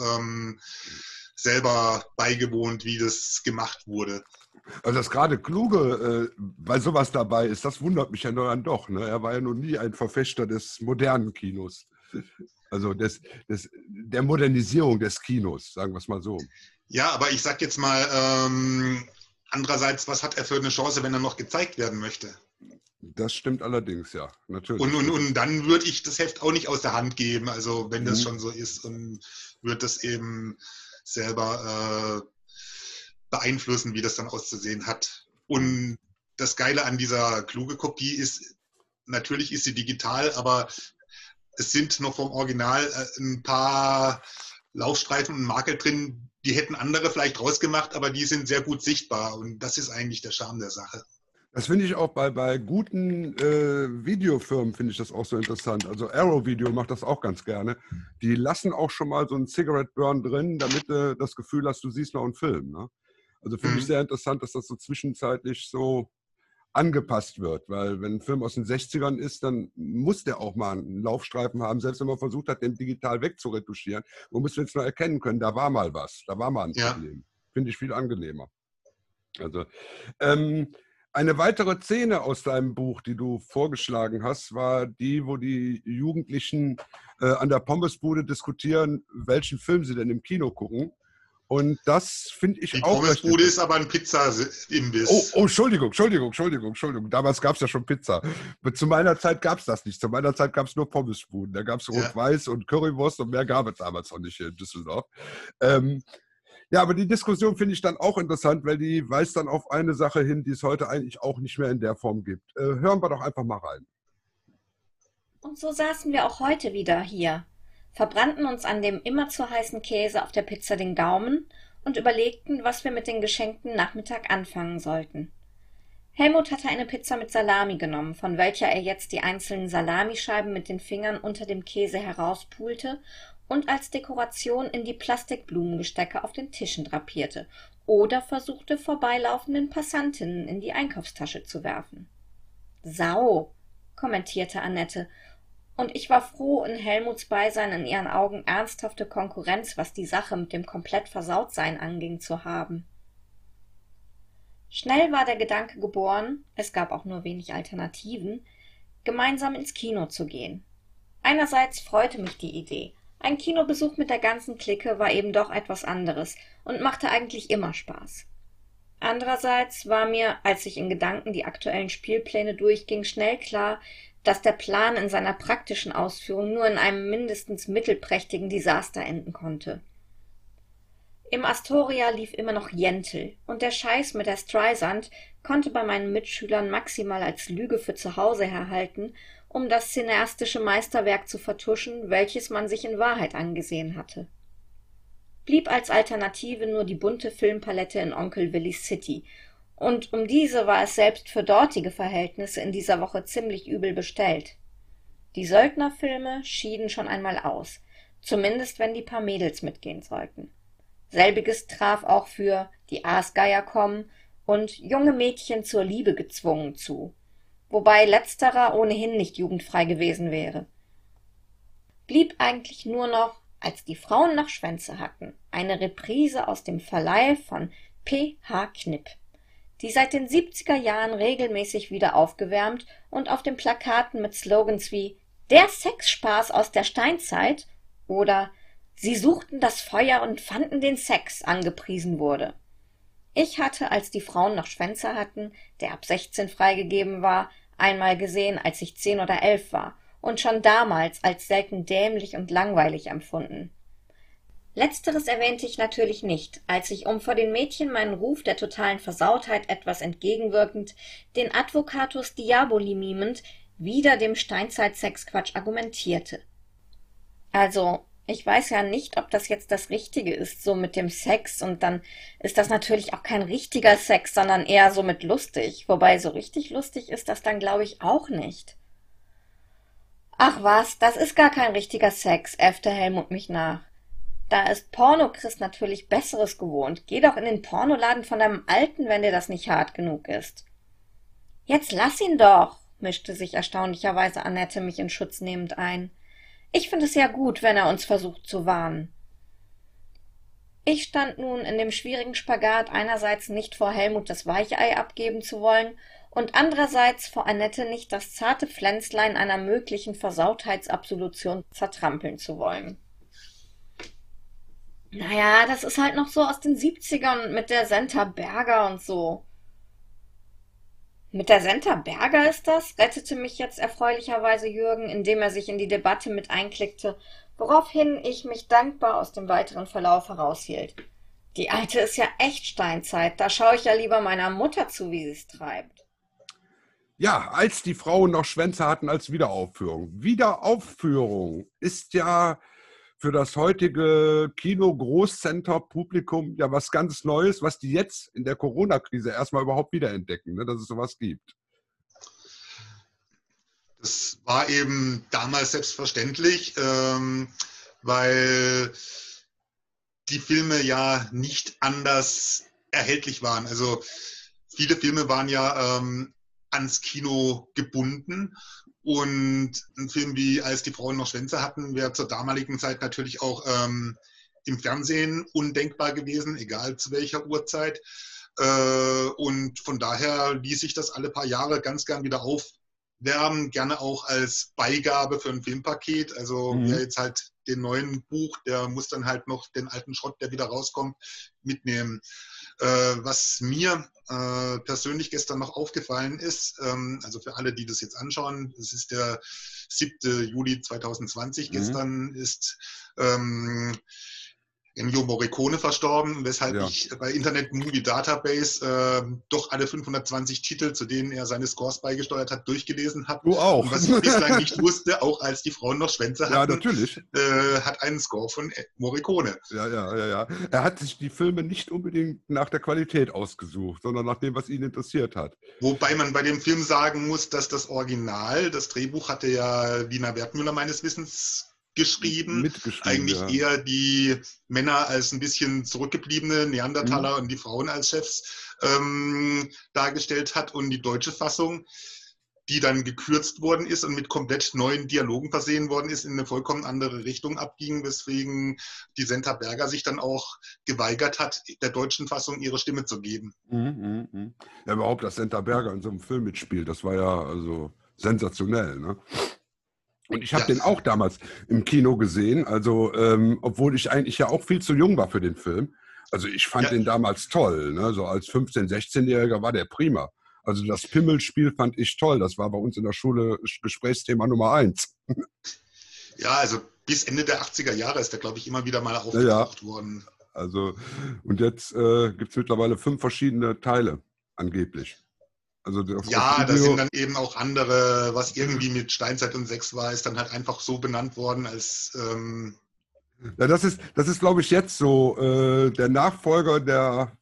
selber beigewohnt, wie das gemacht wurde. Also dass gerade Kluge bei sowas dabei ist, das wundert mich ja nur dann doch. Ne? Er war ja noch nie ein Verfechter des modernen Kinos. Also der Modernisierung des Kinos, sagen wir es mal so. Ja, aber ich sag jetzt mal, andererseits, was hat er für eine Chance, wenn er noch gezeigt werden möchte? Das stimmt allerdings, ja, natürlich. Und dann würde ich das Heft auch nicht aus der Hand geben, also wenn das schon so ist, und würde das eben selber beeinflussen, wie das dann auszusehen hat. Und das Geile an dieser Kluge-Kopie ist, natürlich ist sie digital, aber es sind noch vom Original ein paar Laufstreifen und Makel drin, die hätten andere vielleicht rausgemacht, aber die sind sehr gut sichtbar und das ist eigentlich der Charme der Sache. Das finde ich auch bei guten Videofirmen, finde ich das auch so interessant. Also Arrow Video macht das auch ganz gerne. Die lassen auch schon mal so einen Cigarette Burn drin, damit du das Gefühl hast, du siehst noch einen Film. Ne? Also finde ich sehr interessant, dass das so zwischenzeitlich so angepasst wird. Weil wenn ein Film aus den 60ern ist, dann muss der auch mal einen Laufstreifen haben, selbst wenn man versucht hat, den digital wegzuretuschieren. Man muss jetzt nur erkennen können, da war mal was, da war mal ein Problem. Finde ich viel angenehmer. Also eine weitere Szene aus deinem Buch, die du vorgeschlagen hast, war die, wo die Jugendlichen an der Pommesbude diskutieren, welchen Film sie denn im Kino gucken. Und das finde ich auch... Die Pommesbude ist aber ein Pizza-Imbiss. Oh, Entschuldigung. Damals gab es ja schon Pizza. Zu meiner Zeit gab es das nicht. Zu meiner Zeit gab es nur Pommesbuden. Da gab es Rot-Weiß und Currywurst und mehr gab es damals noch nicht hier in Düsseldorf. Ja, aber die Diskussion finde ich dann auch interessant, weil die weist dann auf eine Sache hin, die es heute eigentlich auch nicht mehr in der Form gibt. Hören wir doch einfach mal rein. Und so saßen wir auch heute wieder hier, verbrannten uns an dem immer zu heißen Käse auf der Pizza den Gaumen und überlegten, was wir mit dem geschenkten Nachmittag anfangen sollten. Helmut hatte eine Pizza mit Salami genommen, von welcher er jetzt die einzelnen Salamischeiben mit den Fingern unter dem Käse herauspulte und als Dekoration in die Plastikblumengestecke auf den Tischen drapierte oder versuchte, vorbeilaufenden Passantinnen in die Einkaufstasche zu werfen. »Sau«, kommentierte Annette, und ich war froh, in Helmuts Beisein in ihren Augen ernsthafte Konkurrenz, was die Sache mit dem komplett Versautsein anging, zu haben. Schnell war der Gedanke geboren, es gab auch nur wenig Alternativen, gemeinsam ins Kino zu gehen. Einerseits freute mich die Idee. Ein Kinobesuch mit der ganzen Clique war eben doch etwas anderes und machte eigentlich immer Spaß. Andererseits war mir, als ich in Gedanken die aktuellen Spielpläne durchging, schnell klar, dass der Plan in seiner praktischen Ausführung nur in einem mindestens mittelprächtigen Desaster enden konnte. Im Astoria lief immer noch Yentl, und der Scheiß mit der Streisand konnte bei meinen Mitschülern maximal als Lüge für zu Hause herhalten, um das cineastische Meisterwerk zu vertuschen, welches man sich in Wahrheit angesehen hatte. Blieb als Alternative nur die bunte Filmpalette in Onkel Willys City, und um diese war es selbst für dortige Verhältnisse in dieser Woche ziemlich übel bestellt. Die Söldnerfilme schieden schon einmal aus, zumindest wenn die paar Mädels mitgehen sollten. Selbiges traf auch für Die Aasgeier kommen und Junge Mädchen zur Liebe gezwungen zu, wobei letzterer ohnehin nicht jugendfrei gewesen wäre. Blieb eigentlich nur noch Als die Frauen noch Schwänze hatten, eine Reprise aus dem Verleih von P. H. Knipp, die seit den 70er Jahren regelmäßig wieder aufgewärmt und auf den Plakaten mit Slogans wie »Der Sexspaß aus der Steinzeit« oder »Sie suchten das Feuer und fanden den Sex« angepriesen wurde. Ich hatte, als die Frauen noch Schwänze hatten, der ab 16 freigegeben war, einmal gesehen, als ich 10 oder 11 war, und schon damals als selten dämlich und langweilig empfunden. Letzteres erwähnte ich natürlich nicht, als ich, um vor den Mädchen meinen Ruf der totalen Versautheit etwas entgegenwirkend, den Advocatus Diaboli mimend, wieder dem Steinzeit-Sexquatsch argumentierte. Also, ich weiß ja nicht, ob das jetzt das Richtige ist, so mit dem Sex, und dann ist das natürlich auch kein richtiger Sex, sondern eher so mit lustig, wobei so richtig lustig ist das dann, glaube ich, auch nicht. »Ach was, das ist gar kein richtiger Sex«, äffte Helmut mich nach. »Da ist Porno-Chris natürlich Besseres gewohnt. Geh doch in den Pornoladen von deinem Alten, wenn dir das nicht hart genug ist.« »Jetzt lass ihn doch«, mischte sich erstaunlicherweise Annette mich in Schutz nehmend ein. »Ich finde es ja gut, wenn er uns versucht zu warnen.« Ich stand nun in dem schwierigen Spagat, einerseits nicht vor Helmut das Weichei abgeben zu wollen und andererseits vor Annette nicht das zarte Pflänzlein einer möglichen Versautheitsabsolution zertrampeln zu wollen. Naja, das ist halt noch so aus den 70ern mit der Senta Berger und so. Mit der Senta Berger ist das? Rettete mich jetzt erfreulicherweise Jürgen, indem er sich in die Debatte mit einklickte, woraufhin ich mich dankbar aus dem weiteren Verlauf heraushielt. Die Alte ist ja echt Steinzeit, da schaue ich ja lieber meiner Mutter zu, wie sie es treibt. Ja, als die Frauen noch Schwänze hatten als Wiederaufführung. Wiederaufführung ist ja für das heutige Kino-Großcenter-Publikum ja was ganz Neues, was die jetzt in der Corona-Krise erstmal überhaupt wiederentdecken, ne, dass es sowas gibt. Das war eben damals selbstverständlich, weil die Filme ja nicht anders erhältlich waren. Also viele Filme waren ja ans Kino gebunden. Und ein Film wie Als die Frauen noch Schwänze hatten, wäre zur damaligen Zeit natürlich auch im Fernsehen undenkbar gewesen, egal zu welcher Uhrzeit. Und von daher ließ sich das alle paar Jahre ganz gern wieder aufwärmen, gerne auch als Beigabe für ein Filmpaket. Also wer jetzt halt den neuen Buch, der muss dann halt noch den alten Schrott, der wieder rauskommt, mitnehmen. Was mir persönlich gestern noch aufgefallen ist, also für alle, die das jetzt anschauen, es ist der 7. Juli 2020, gestern ist Ennio Morricone verstorben, weshalb ich bei Internet Movie Database doch alle 520 Titel, zu denen er seine Scores beigesteuert hat, durchgelesen habe. Du auch. Und was ich bislang nicht wusste, auch als die Frauen noch Schwänze hatten, natürlich. Hat einen Score von Morricone. Ja. Er hat sich die Filme nicht unbedingt nach der Qualität ausgesucht, sondern nach dem, was ihn interessiert hat. Wobei man bei dem Film sagen muss, dass das Original, das Drehbuch hatte ja Lina Wertmüller meines Wissens geschrieben, eigentlich eher die Männer als ein bisschen zurückgebliebene Neandertaler und die Frauen als Chefs dargestellt hat. Und die deutsche Fassung die dann gekürzt worden ist und mit komplett neuen Dialogen versehen worden ist, in eine vollkommen andere Richtung abging, weswegen die Senta Berger sich dann auch geweigert hat, der deutschen Fassung ihre Stimme zu geben. Ja, überhaupt, dass Senta Berger in so einem Film mitspielt, das war ja also sensationell, ne? Und ich habe den auch damals im Kino gesehen, also obwohl ich eigentlich ja auch viel zu jung war für den Film. Also ich fand den damals toll, ne? So als 15-, 16-Jähriger war der prima. Also das Pimmelspiel fand ich toll. Das war bei uns in der Schule Gesprächsthema Nummer 1. Ja, also bis Ende der 80er Jahre ist der, glaube ich, immer wieder mal aufgetaucht worden. Also, und jetzt gibt es mittlerweile 5 verschiedene Teile, angeblich. Also ja, da sind dann eben auch andere, was irgendwie mit Steinzeit und 6 war, ist dann halt einfach so benannt worden als... Ja, das ist, glaube ich, jetzt so der Nachfolger der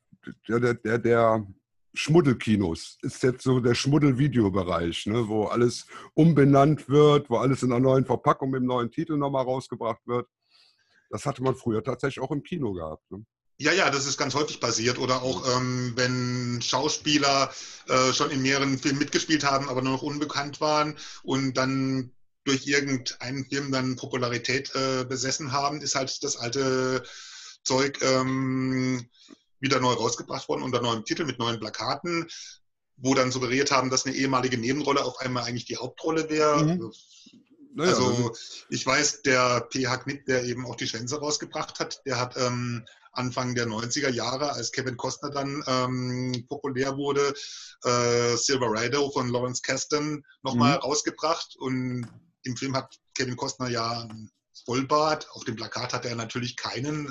Schmuddelkinos. Ist jetzt so der Schmuddelvideobereich, ne, wo alles umbenannt wird, wo alles in einer neuen Verpackung mit einem neuen Titel nochmal rausgebracht wird. Das hatte man früher tatsächlich auch im Kino gehabt. Ne? Ja, das ist ganz häufig passiert. Oder auch, wenn Schauspieler schon in mehreren Filmen mitgespielt haben, aber nur noch unbekannt waren und dann durch irgendeinen Film dann Popularität besessen haben, ist halt das alte Zeug wieder neu rausgebracht worden unter neuem Titel mit neuen Plakaten, wo dann suggeriert haben, dass eine ehemalige Nebenrolle auf einmal eigentlich die Hauptrolle wäre. Naja, also ich weiß, der P.H. Knipp, der eben auch die Schwänze rausgebracht hat, der hat Anfang der 90er Jahre, als Kevin Costner dann populär wurde, Silver Rider von Lawrence Kasdan nochmal rausgebracht. Und im Film hat Kevin Costner ja einen Vollbart. Auf dem Plakat hat er natürlich keinen.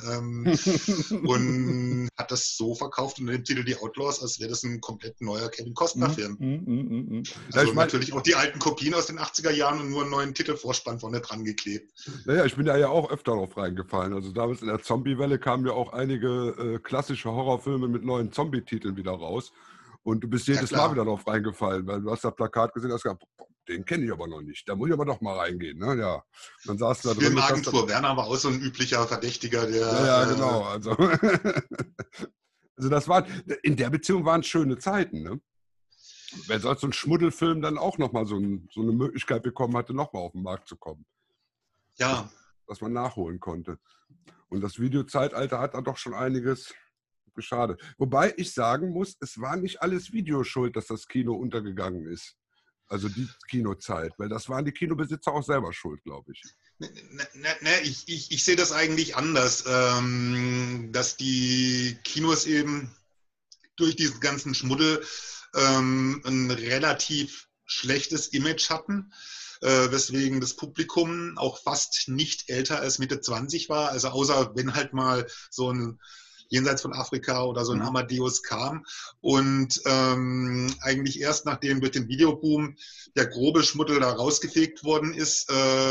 Und hat das so verkauft unter dem Titel Die Outlaws, als wäre das ein komplett neuer Kevin Costner-Film. Also ja, natürlich auch die alten Kopien aus den 80er Jahren und nur einen neuen Titelvorspann vorne dran geklebt. Naja, ich bin da ja auch öfter drauf reingefallen. Also damals in der Zombie-Welle kamen ja auch einige klassische Horrorfilme mit neuen Zombie-Titeln wieder raus. Und du bist jedes Mal wieder drauf reingefallen, weil du hast das Plakat gesehen, hast gesagt, den kenne ich aber noch nicht. Da muss ich aber doch mal reingehen. Ne? Ja. Dann saß du da drin. Filmagentur Werner war auch so ein üblicher Verdächtiger, der. Ja, genau. Also, also das war, in der Beziehung waren es schöne Zeiten. Ne? Wer sonst so ein Schmuddelfilm dann auch nochmal so eine Möglichkeit bekommen hatte, nochmal auf den Markt zu kommen. Ja. Was man nachholen konnte. Und das Videozeitalter hat da doch schon einiges. Schade. Wobei ich sagen muss, es war nicht alles Videoschuld, dass das Kino untergegangen ist. Also die Kinozeit, weil das waren die Kinobesitzer auch selber schuld, glaube ich. Ich sehe das eigentlich anders, dass die Kinos eben durch diesen ganzen Schmuddel ein relativ schlechtes Image hatten, weswegen das Publikum auch fast nicht älter als Mitte 20 war, also außer wenn halt mal so ein Jenseits von Afrika oder so ein Amadeus kam. Und eigentlich erst nachdem durch den Videoboom der grobe Schmuddel da rausgefegt worden ist,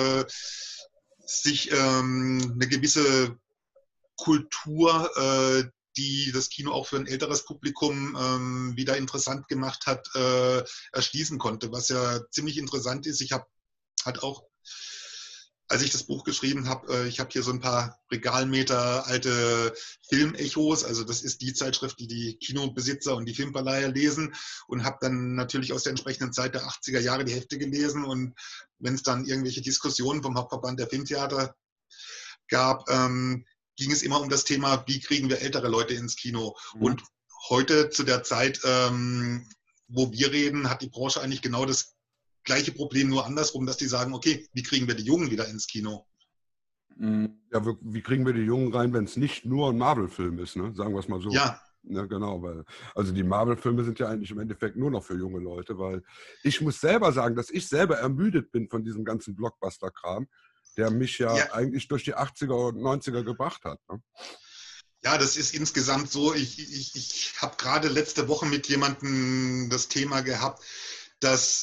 sich eine gewisse Kultur, die das Kino auch für ein älteres Publikum wieder interessant gemacht hat, erschließen konnte. Was ja ziemlich interessant ist. Ich habe halt auch, als ich das Buch geschrieben habe, ich habe hier so ein paar Regalmeter alte Filmechos, also das ist die Zeitschrift, die die Kinobesitzer und die Filmverleiher lesen, und habe dann natürlich aus der entsprechenden Zeit der 80er Jahre die Hefte gelesen, und wenn es dann irgendwelche Diskussionen vom Hauptverband der Filmtheater gab, ging es immer um das Thema, wie kriegen wir ältere Leute ins Kino. Und heute zu der Zeit, wo wir reden, hat die Branche eigentlich genau das gleiche Problem, nur andersrum, dass die sagen, okay, wie kriegen wir die Jungen wieder ins Kino? Ja, wie kriegen wir die Jungen rein, wenn es nicht nur ein Marvel-Film ist, ne? Sagen wir es mal so. Ja. Ja, genau, weil also die Marvel-Filme sind ja eigentlich im Endeffekt nur noch für junge Leute, weil ich muss selber sagen, dass ich selber ermüdet bin von diesem ganzen Blockbuster-Kram, der mich ja eigentlich durch die 80er und 90er gebracht hat. Ne? Ja, das ist insgesamt so. Ich habe gerade letzte Woche mit jemandem das Thema gehabt, dass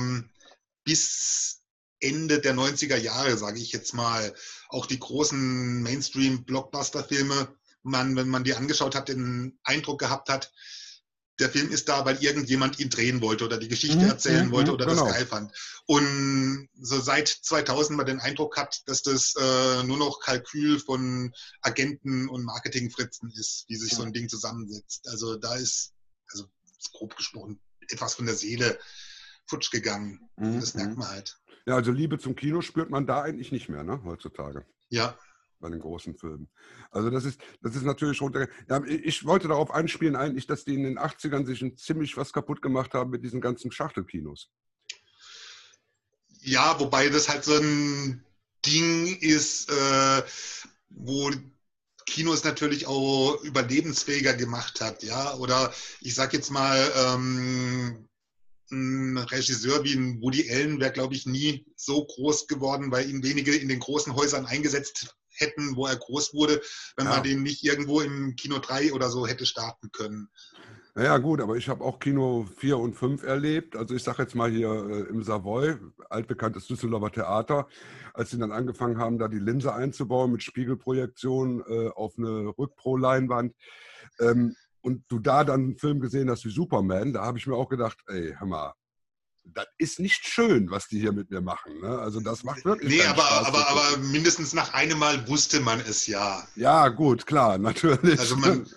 bis Ende der 90er Jahre, sage ich jetzt mal, auch die großen Mainstream-Blockbuster-Filme, wenn man die angeschaut hat, den Eindruck gehabt hat, der Film ist da, weil irgendjemand ihn drehen wollte oder die Geschichte erzählen wollte oder das geil fand. Und so seit 2000 man den Eindruck hat, dass das nur noch Kalkül von Agenten und Marketingfritzen ist, wie sich so ein Ding zusammensetzt. Also da ist, also grob gesprochen, etwas von der Seele futsch gegangen. Das merkt man halt. Ja, also Liebe zum Kino spürt man da eigentlich nicht mehr, ne, heutzutage. Ja. Bei den großen Filmen. Also das ist natürlich runter. Ja, ich wollte darauf anspielen eigentlich, dass die in den 80ern sich ziemlich was kaputt gemacht haben mit diesen ganzen Schachtelkinos. Ja, wobei das halt so ein Ding ist, wo Kinos natürlich auch überlebensfähiger gemacht hat, ja. Oder ich sag jetzt mal, ein Regisseur wie ein Woody Allen wäre, glaube ich, nie so groß geworden, weil ihn wenige in den großen Häusern eingesetzt hätten, wo er groß wurde, wenn man den nicht irgendwo im Kino 3 oder so hätte starten können. Ja gut, aber ich habe auch Kino 4 und 5 erlebt. Also ich sage jetzt mal hier im Savoy, altbekanntes Düsseldorfer Theater, als sie dann angefangen haben, da die Linse einzubauen mit Spiegelprojektion auf eine Rückpro-Leinwand. Und du da dann einen Film gesehen hast wie Superman, da habe ich mir auch gedacht, ey, hör mal, das ist nicht schön, was die hier mit mir machen. Ne? Also das macht wirklich keinen Spaß. Aber mindestens nach einem Mal wusste man es ja. Ja, gut, klar, natürlich. Also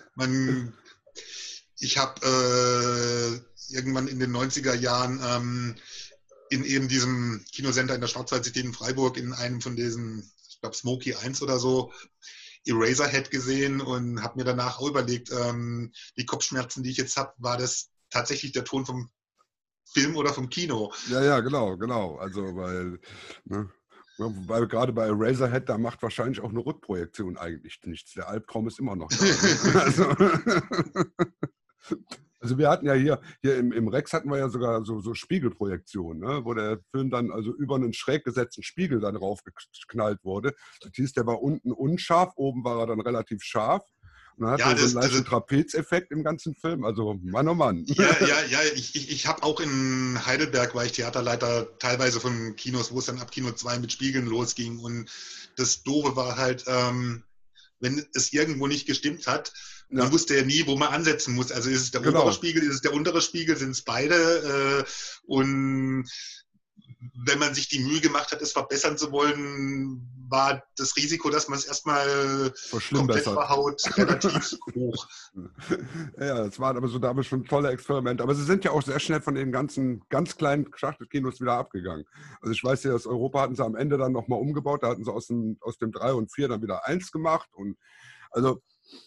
ich habe irgendwann in den 90er Jahren in eben diesem Kinocenter in der Schwarzwaldcity in Freiburg in einem von diesen, ich glaube Smokey 1 oder so, Eraserhead gesehen und habe mir danach auch überlegt, die Kopfschmerzen, die ich jetzt habe, war das tatsächlich der Ton vom Film oder vom Kino? Ja, genau. Also weil gerade bei Eraserhead, da macht wahrscheinlich auch eine Rückprojektion eigentlich nichts. Der Albtraum ist immer noch da. Also wir hatten ja hier im Rex hatten wir ja sogar so Spiegelprojektionen, ne, wo der Film dann also über einen schräg gesetzten Spiegel dann raufgeknallt wurde. Das hieß, der war unten unscharf, oben war er dann relativ scharf. Und dann hat er so einen leichten Trapezeffekt im ganzen Film. Also Mann, oh Mann. Ja, ich habe auch in Heidelberg, war ich Theaterleiter, teilweise von Kinos, wo es dann ab Kino 2 mit Spiegeln losging. Und das Doofe war halt, wenn es irgendwo nicht gestimmt hat, man wusste ja nie, wo man ansetzen muss. Also ist es der obere Spiegel, ist es der untere Spiegel, sind es beide. Und wenn man sich die Mühe gemacht hat, es verbessern zu wollen, war das Risiko, dass man es erstmal komplett verhaut, relativ hoch. Ja, das waren aber so damals schon tolle Experimente. Aber sie sind ja auch sehr schnell von den ganzen ganz kleinen Schachtelkinos wieder abgegangen. Also ich weiß ja, das Europa hatten sie am Ende dann nochmal umgebaut. Da hatten sie aus dem 3 und 4 dann wieder 1 gemacht. Und also,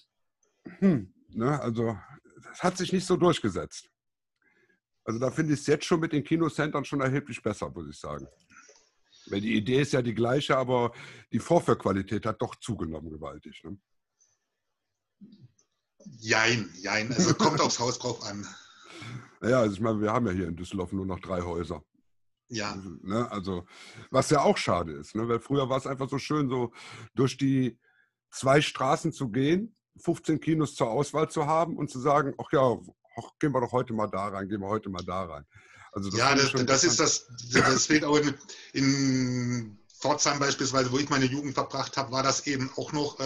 also das hat sich nicht so durchgesetzt. Also da finde ich es jetzt schon mit den Kinocentern schon erheblich besser, muss ich sagen. Weil die Idee ist ja die gleiche, aber die Vorführqualität hat doch zugenommen gewaltig. Ne? Jein. Also kommt aufs Haus drauf an. Ja, also ich meine, wir haben ja hier in Düsseldorf nur noch 3 Häuser. Ja. Ne? Also, was ja auch schade ist, ne? Weil früher war es einfach so schön, so durch die 2 Straßen zu gehen, 15 Kinos zur Auswahl zu haben und zu sagen, ach ja, gehen wir doch heute mal da rein, gehen wir heute mal da rein. Also das fehlt auch in Pforzheim beispielsweise, wo ich meine Jugend verbracht habe, war das eben auch noch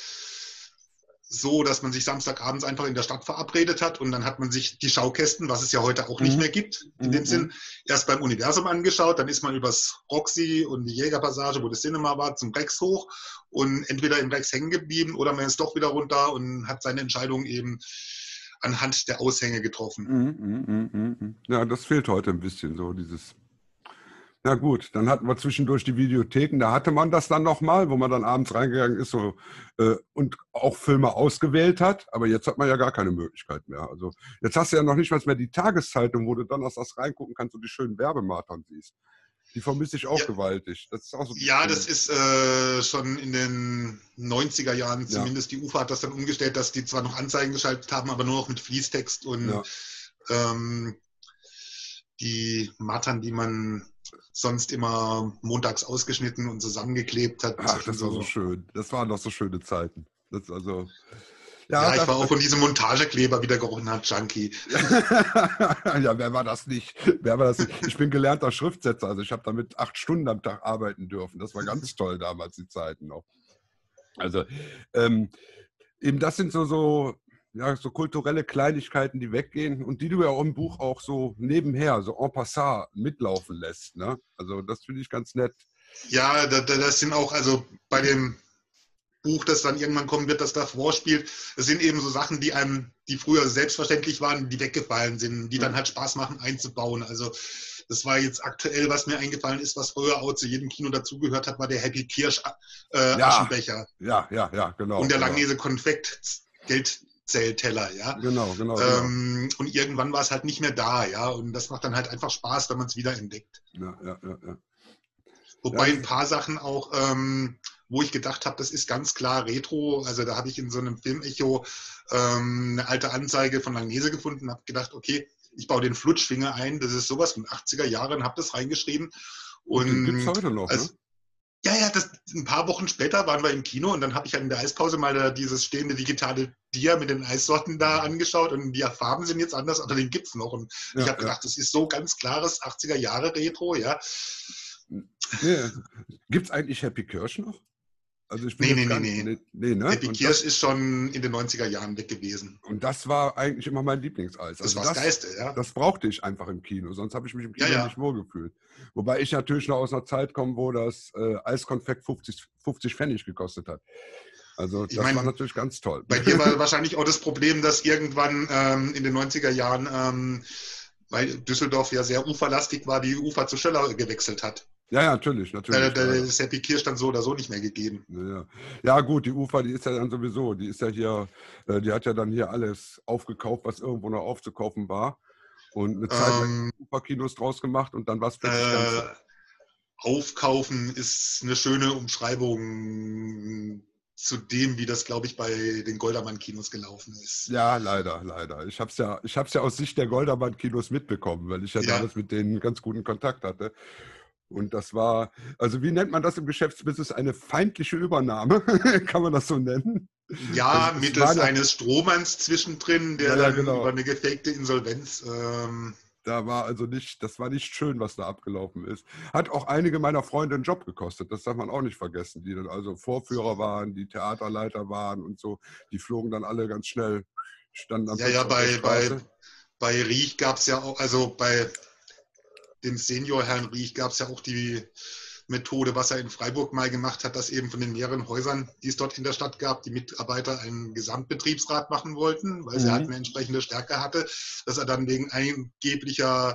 so, dass man sich Samstagabends einfach in der Stadt verabredet hat und dann hat man sich die Schaukästen, was es ja heute auch nicht mehr gibt, in dem Sinn, erst beim Universum angeschaut, dann ist man übers Roxy und die Jägerpassage, wo das Cinema war, zum Rex hoch und entweder im Rex hängen geblieben oder man ist doch wieder runter und hat seine Entscheidung eben anhand der Aushänge getroffen. Ja, das fehlt heute ein bisschen, so dieses. Na gut, dann hatten wir zwischendurch die Videotheken, da hatte man das dann nochmal, wo man dann abends reingegangen ist und auch Filme ausgewählt hat, aber jetzt hat man ja gar keine Möglichkeit mehr. Also jetzt hast du ja noch nicht mal mehr die Tageszeitung, wo du dann aus das reingucken kannst und die schönen Werbemartern siehst. Die vermisse ich auch gewaltig. Das ist auch so das ist schon in den 90er Jahren zumindest. Die UFA hat das dann umgestellt, dass die zwar noch Anzeigen geschaltet haben, aber nur noch mit Fließtext und die Mattern, die man sonst immer montags ausgeschnitten und zusammengeklebt hat. Ach, das war so schön. Das waren doch so schöne Zeiten. Ich war auch von diesem Montagekleber, wie der gerochen hat, Junkie. Ja, wer war das nicht? Ich bin gelernter Schriftsetzer, also ich habe damit 8 Stunden am Tag arbeiten dürfen. Das war ganz toll damals, die Zeiten noch. Also eben das sind so kulturelle Kleinigkeiten, die weggehen und die du ja auch im Buch auch so nebenher, so en passant mitlaufen lässt. Ne? Also das finde ich ganz nett. Ja, das sind auch, also bei dem Buch, das dann irgendwann kommen wird, das davor spielt, es sind eben so Sachen, die früher selbstverständlich waren, die weggefallen sind, die dann halt Spaß machen einzubauen. Also Das war jetzt aktuell, was mir eingefallen ist, was früher auch zu jedem Kino dazugehört hat, war der Happy Kirsch Ja, Aschenbecher ja, genau. und der Genau, Langnese Konfekt Geldzählteller, ja. genau. Und irgendwann war es halt nicht mehr da, ja. Und das macht dann halt einfach Spaß, wenn man es wieder entdeckt. Ja. Wobei Ja, ein paar Sachen auch, wo ich gedacht habe, das ist ganz klar Retro. Also da habe ich in so einem Filmecho eine alte Anzeige von Langnese gefunden, habe gedacht, okay, ich baue den Flutschfinger ein. Das ist sowas von 80er Jahren, habe das reingeschrieben. und den gibt es Und heute noch, ne? ein paar Wochen später waren wir im Kino und dann habe ich halt in der Eispause mal dieses stehende digitale Dia mit den Eissorten da angeschaut und die Farben sind jetzt anders, aber den gibt es noch. Und ich habe gedacht, das ist so ganz klares 80er Jahre Retro, ja. Nee. Gibt es eigentlich Happy Kirsch noch? Also ich bin Nee, jetzt gar nee. nicht. Nee, ne? Happy Kirsch ist schon in den 90er Jahren weg gewesen. Und das war eigentlich immer mein Lieblingseis. Das Also war das Geiste, ja. das brauchte ich einfach im Kino, sonst habe ich mich im Kino Ja. nicht wohlgefühlt. Wobei ich natürlich noch aus einer Zeit komme, wo das Eiskonfekt 50 Pfennig gekostet hat. Also das war natürlich ganz toll. Bei dir war wahrscheinlich auch das Problem, dass irgendwann in den 90er Jahren, weil Düsseldorf ja sehr uferlastig war, die Ufer zu Schöller gewechselt hat. Ja, natürlich. Das Happy Kirsch dann so oder so nicht mehr gegeben. Ja gut, die Ufer, die ist ja dann sowieso, die ist ja hier, die hat ja dann hier alles aufgekauft, was irgendwo noch aufzukaufen war. Und eine Zeit lang Uferkinos draus gemacht und dann war es plötzlich ganz... Aufkaufen ist eine schöne Umschreibung zu dem, wie das, glaube ich, bei den Goldermann-Kinos gelaufen ist. Ja, leider. Ich hab's ja aus Sicht der Goldermann-Kinos mitbekommen, weil ich ja damals mit denen ganz guten Kontakt hatte. Und das war, also wie nennt man das im Geschäftsbusiness? Eine feindliche Übernahme, kann man das so nennen? Ja, mittels eines Strohmanns zwischendrin, der dann über eine gefakte Insolvenz... das war nicht schön, was da abgelaufen ist. Hat auch einige meiner Freunde einen Job gekostet, das darf man auch nicht vergessen, die dann also Vorführer waren, die Theaterleiter waren und so. Die flogen dann alle ganz schnell, standen dann bei Riech gab es ja auch, also bei dem Senior-Herrn Riech gab es ja auch die Methode, was er in Freiburg mal gemacht hat, dass eben von den mehreren Häusern, die es dort in der Stadt gab, die Mitarbeiter einen Gesamtbetriebsrat machen wollten, weil sie halt eine entsprechende Stärke hatte, dass er dann wegen angeblicher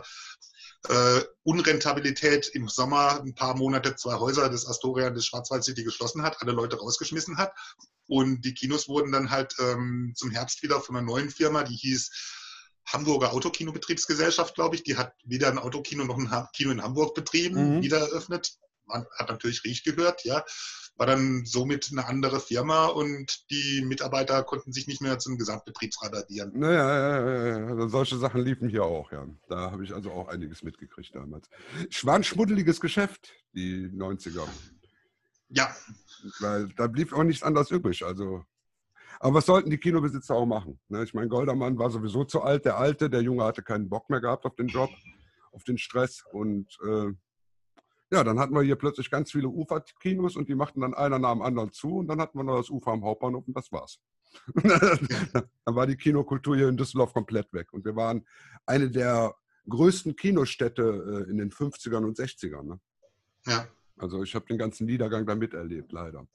Unrentabilität im Sommer ein paar Monate 2 Häuser des Astoria und des Schwarzwald City geschlossen hat, alle Leute rausgeschmissen hat und die Kinos wurden dann halt zum Herbst wieder von einer neuen Firma, die hieß Hamburger Autokinobetriebsgesellschaft, glaube ich, die hat weder ein Autokino noch ein Kino in Hamburg betrieben, wieder eröffnet. Man hat natürlich Riech gehört, ja, war dann somit eine andere Firma und die Mitarbeiter konnten sich nicht mehr zum Gesamtbetriebsrat addieren. Naja, solche Sachen liefen hier auch, ja. Da habe ich also auch einiges mitgekriegt damals. Es war ein schmuddeliges Geschäft, die 90er. Ja. Weil da blieb auch nichts anderes übrig, also... Aber was sollten die Kinobesitzer auch machen? Ich meine, Goldermann war sowieso zu alt, der Junge hatte keinen Bock mehr gehabt auf den Job, auf den Stress. Und dann hatten wir hier plötzlich ganz viele Uferkinos und die machten dann einer nach dem anderen zu und dann hatten wir noch das Ufer am Hauptbahnhof und das war's. Dann war die Kinokultur hier in Düsseldorf komplett weg. Und wir waren eine der größten Kinostädte in den 50ern und 60ern. Ne? Ja. Also ich habe den ganzen Niedergang da miterlebt, leider.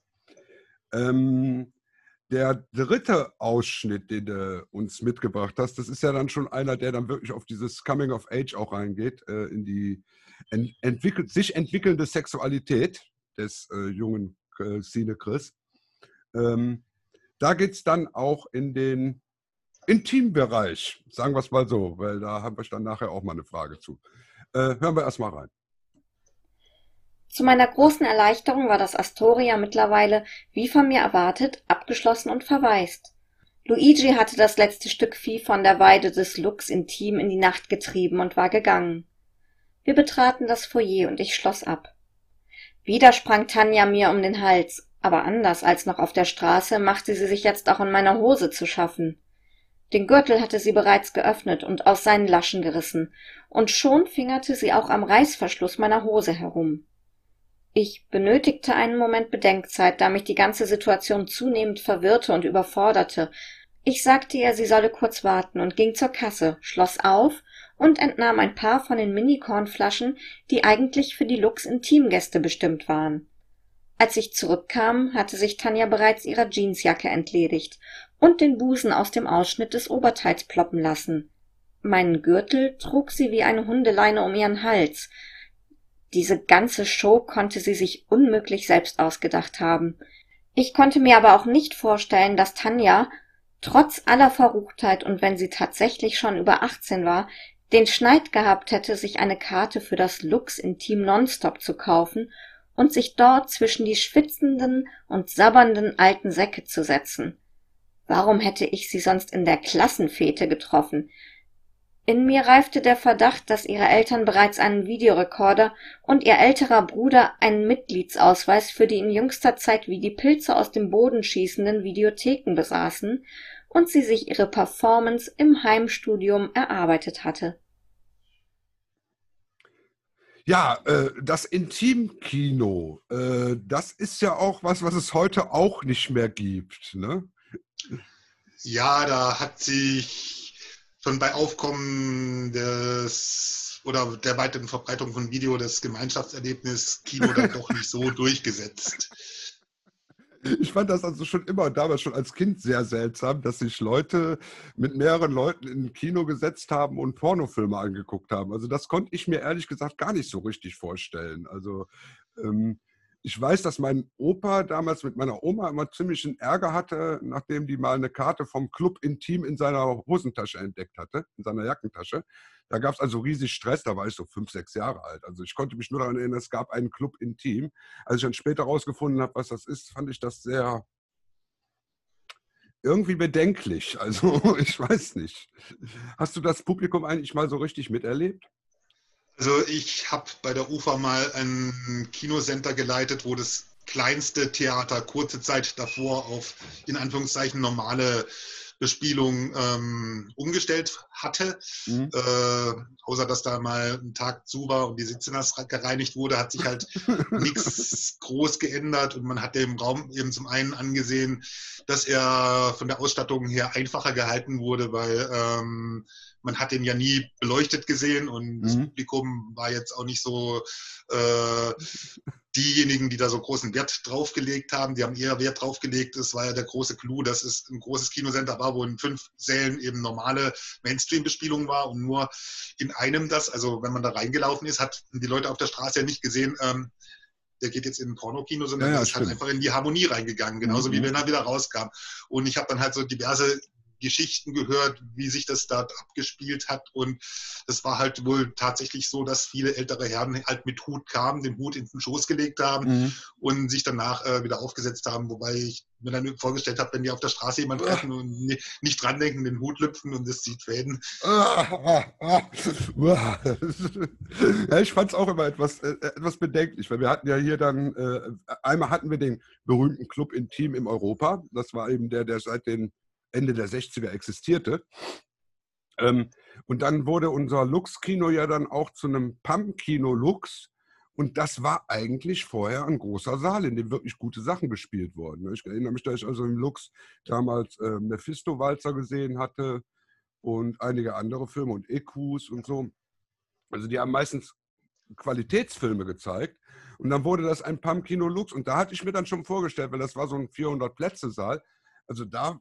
Der dritte Ausschnitt, den du uns mitgebracht hast, das ist ja dann schon einer, der dann wirklich auf dieses Coming of Age auch reingeht, in die sich entwickelnde Sexualität des jungen Cine Chris. Da geht es dann auch in den Intimbereich, sagen wir es mal so, weil da habe ich dann nachher auch mal eine Frage zu. Hören wir erstmal rein. Zu meiner großen Erleichterung war das Astoria mittlerweile, wie von mir erwartet, abgeschlossen und verwaist. Luigi hatte das letzte Stück Vieh von der Weide des Lux intim in die Nacht getrieben und war gegangen. Wir betraten das Foyer und ich schloss ab. Wieder sprang Tanja mir um den Hals, aber anders als noch auf der Straße machte sie sich jetzt auch in meiner Hose zu schaffen. Den Gürtel hatte sie bereits geöffnet und aus seinen Laschen gerissen, und schon fingerte sie auch am Reißverschluss meiner Hose herum. Ich benötigte einen Moment Bedenkzeit, da mich die ganze Situation zunehmend verwirrte und überforderte. Ich sagte ihr, sie solle kurz warten und ging zur Kasse, schloss auf und entnahm ein paar von den Minicorn-Flaschen, die eigentlich für die Lux-Intimgäste bestimmt waren. Als ich zurückkam, hatte sich Tanja bereits ihrer Jeansjacke entledigt und den Busen aus dem Ausschnitt des Oberteils ploppen lassen. Meinen Gürtel trug sie wie eine Hundeleine um ihren Hals. Diese ganze Show konnte sie sich unmöglich selbst ausgedacht haben. Ich konnte mir aber auch nicht vorstellen, dass Tanja, trotz aller Verruchtheit und wenn sie tatsächlich schon über 18 war, den Schneid gehabt hätte, sich eine Karte für das Lux Intim Nonstop zu kaufen und sich dort zwischen die schwitzenden und sabbernden alten Säcke zu setzen. Warum hätte ich sie sonst in der Klassenfete getroffen? In mir reifte der Verdacht, dass ihre Eltern bereits einen Videorekorder und ihr älterer Bruder einen Mitgliedsausweis für die in jüngster Zeit wie die Pilze aus dem Boden schießenden Videotheken besaßen und sie sich ihre Performance im Heimstudium erarbeitet hatte. Ja, das Intimkino, das ist ja auch was es heute auch nicht mehr gibt, ne? Ja, da hat sich schon bei Aufkommen oder der weiteren Verbreitung von Video das Gemeinschaftserlebnis Kino dann doch nicht so durchgesetzt. Ich fand das also schon immer damals schon als Kind sehr seltsam, dass sich Leute mit mehreren Leuten in ein Kino gesetzt haben und Pornofilme angeguckt haben. Also das konnte ich mir ehrlich gesagt gar nicht so richtig vorstellen. Also ich weiß, dass mein Opa damals mit meiner Oma immer ziemlichen Ärger hatte, nachdem die mal eine Karte vom Club Intim in seiner Hosentasche entdeckt hatte, in seiner Jackentasche. Da gab es also riesig Stress, da war ich so 5, 6 Jahre alt. Also ich konnte mich nur daran erinnern, es gab einen Club Intim. Als ich dann später herausgefunden habe, was das ist, fand ich das sehr irgendwie bedenklich. Also ich weiß nicht. Hast du das Publikum eigentlich mal so richtig miterlebt? Also ich habe bei der UFA mal ein Kinocenter geleitet, wo das kleinste Theater kurze Zeit davor auf in Anführungszeichen normale Bespielung umgestellt hatte. Mhm. Außer dass da mal ein Tag zu war und die Sitze gereinigt wurde, hat sich halt nichts groß geändert und man hat dem Raum eben zum einen angesehen, dass er von der Ausstattung her einfacher gehalten wurde, weil man hat den ja nie beleuchtet gesehen und das Publikum war jetzt auch nicht so diejenigen, die da so großen Wert draufgelegt haben, die haben eher Wert draufgelegt, das war ja der große Clou, dass es ein großes Kinocenter war, wo in 5 Sälen eben normale Mainstream-Bespielung war und nur in einem das, also wenn man da reingelaufen ist, hat die Leute auf der Straße ja nicht gesehen, der geht jetzt in ein Pornokino, sondern der ist halt einfach in die Harmonie reingegangen, genauso wie wenn er wieder rauskam. Und ich habe dann halt so diverse Geschichten gehört, wie sich das da abgespielt hat und das war halt wohl tatsächlich so, dass viele ältere Herren halt mit Hut kamen, den Hut in den Schoß gelegt haben und sich danach wieder aufgesetzt haben, wobei ich mir dann vorgestellt habe, wenn die auf der Straße jemanden treffen und nicht dran denken, den Hut lüpfen und das zieht Fäden. Ja, ich fand es auch immer etwas bedenklich, weil wir hatten ja hier dann, einmal hatten wir den berühmten Club Intim im Europa, das war eben der seit den Ende der 60er existierte. Und dann wurde unser Lux-Kino ja dann auch zu einem PAM-Kino Lux. Und das war eigentlich vorher ein großer Saal, in dem wirklich gute Sachen gespielt wurden. Ich erinnere mich, dass ich also im Lux damals Mephisto-Walzer gesehen hatte und einige andere Filme und Equus und so. Also die haben meistens Qualitätsfilme gezeigt. Und dann wurde das ein PAM-Kino Lux. Und da hatte ich mir dann schon vorgestellt, weil das war so ein 400-Plätze-Saal. Also da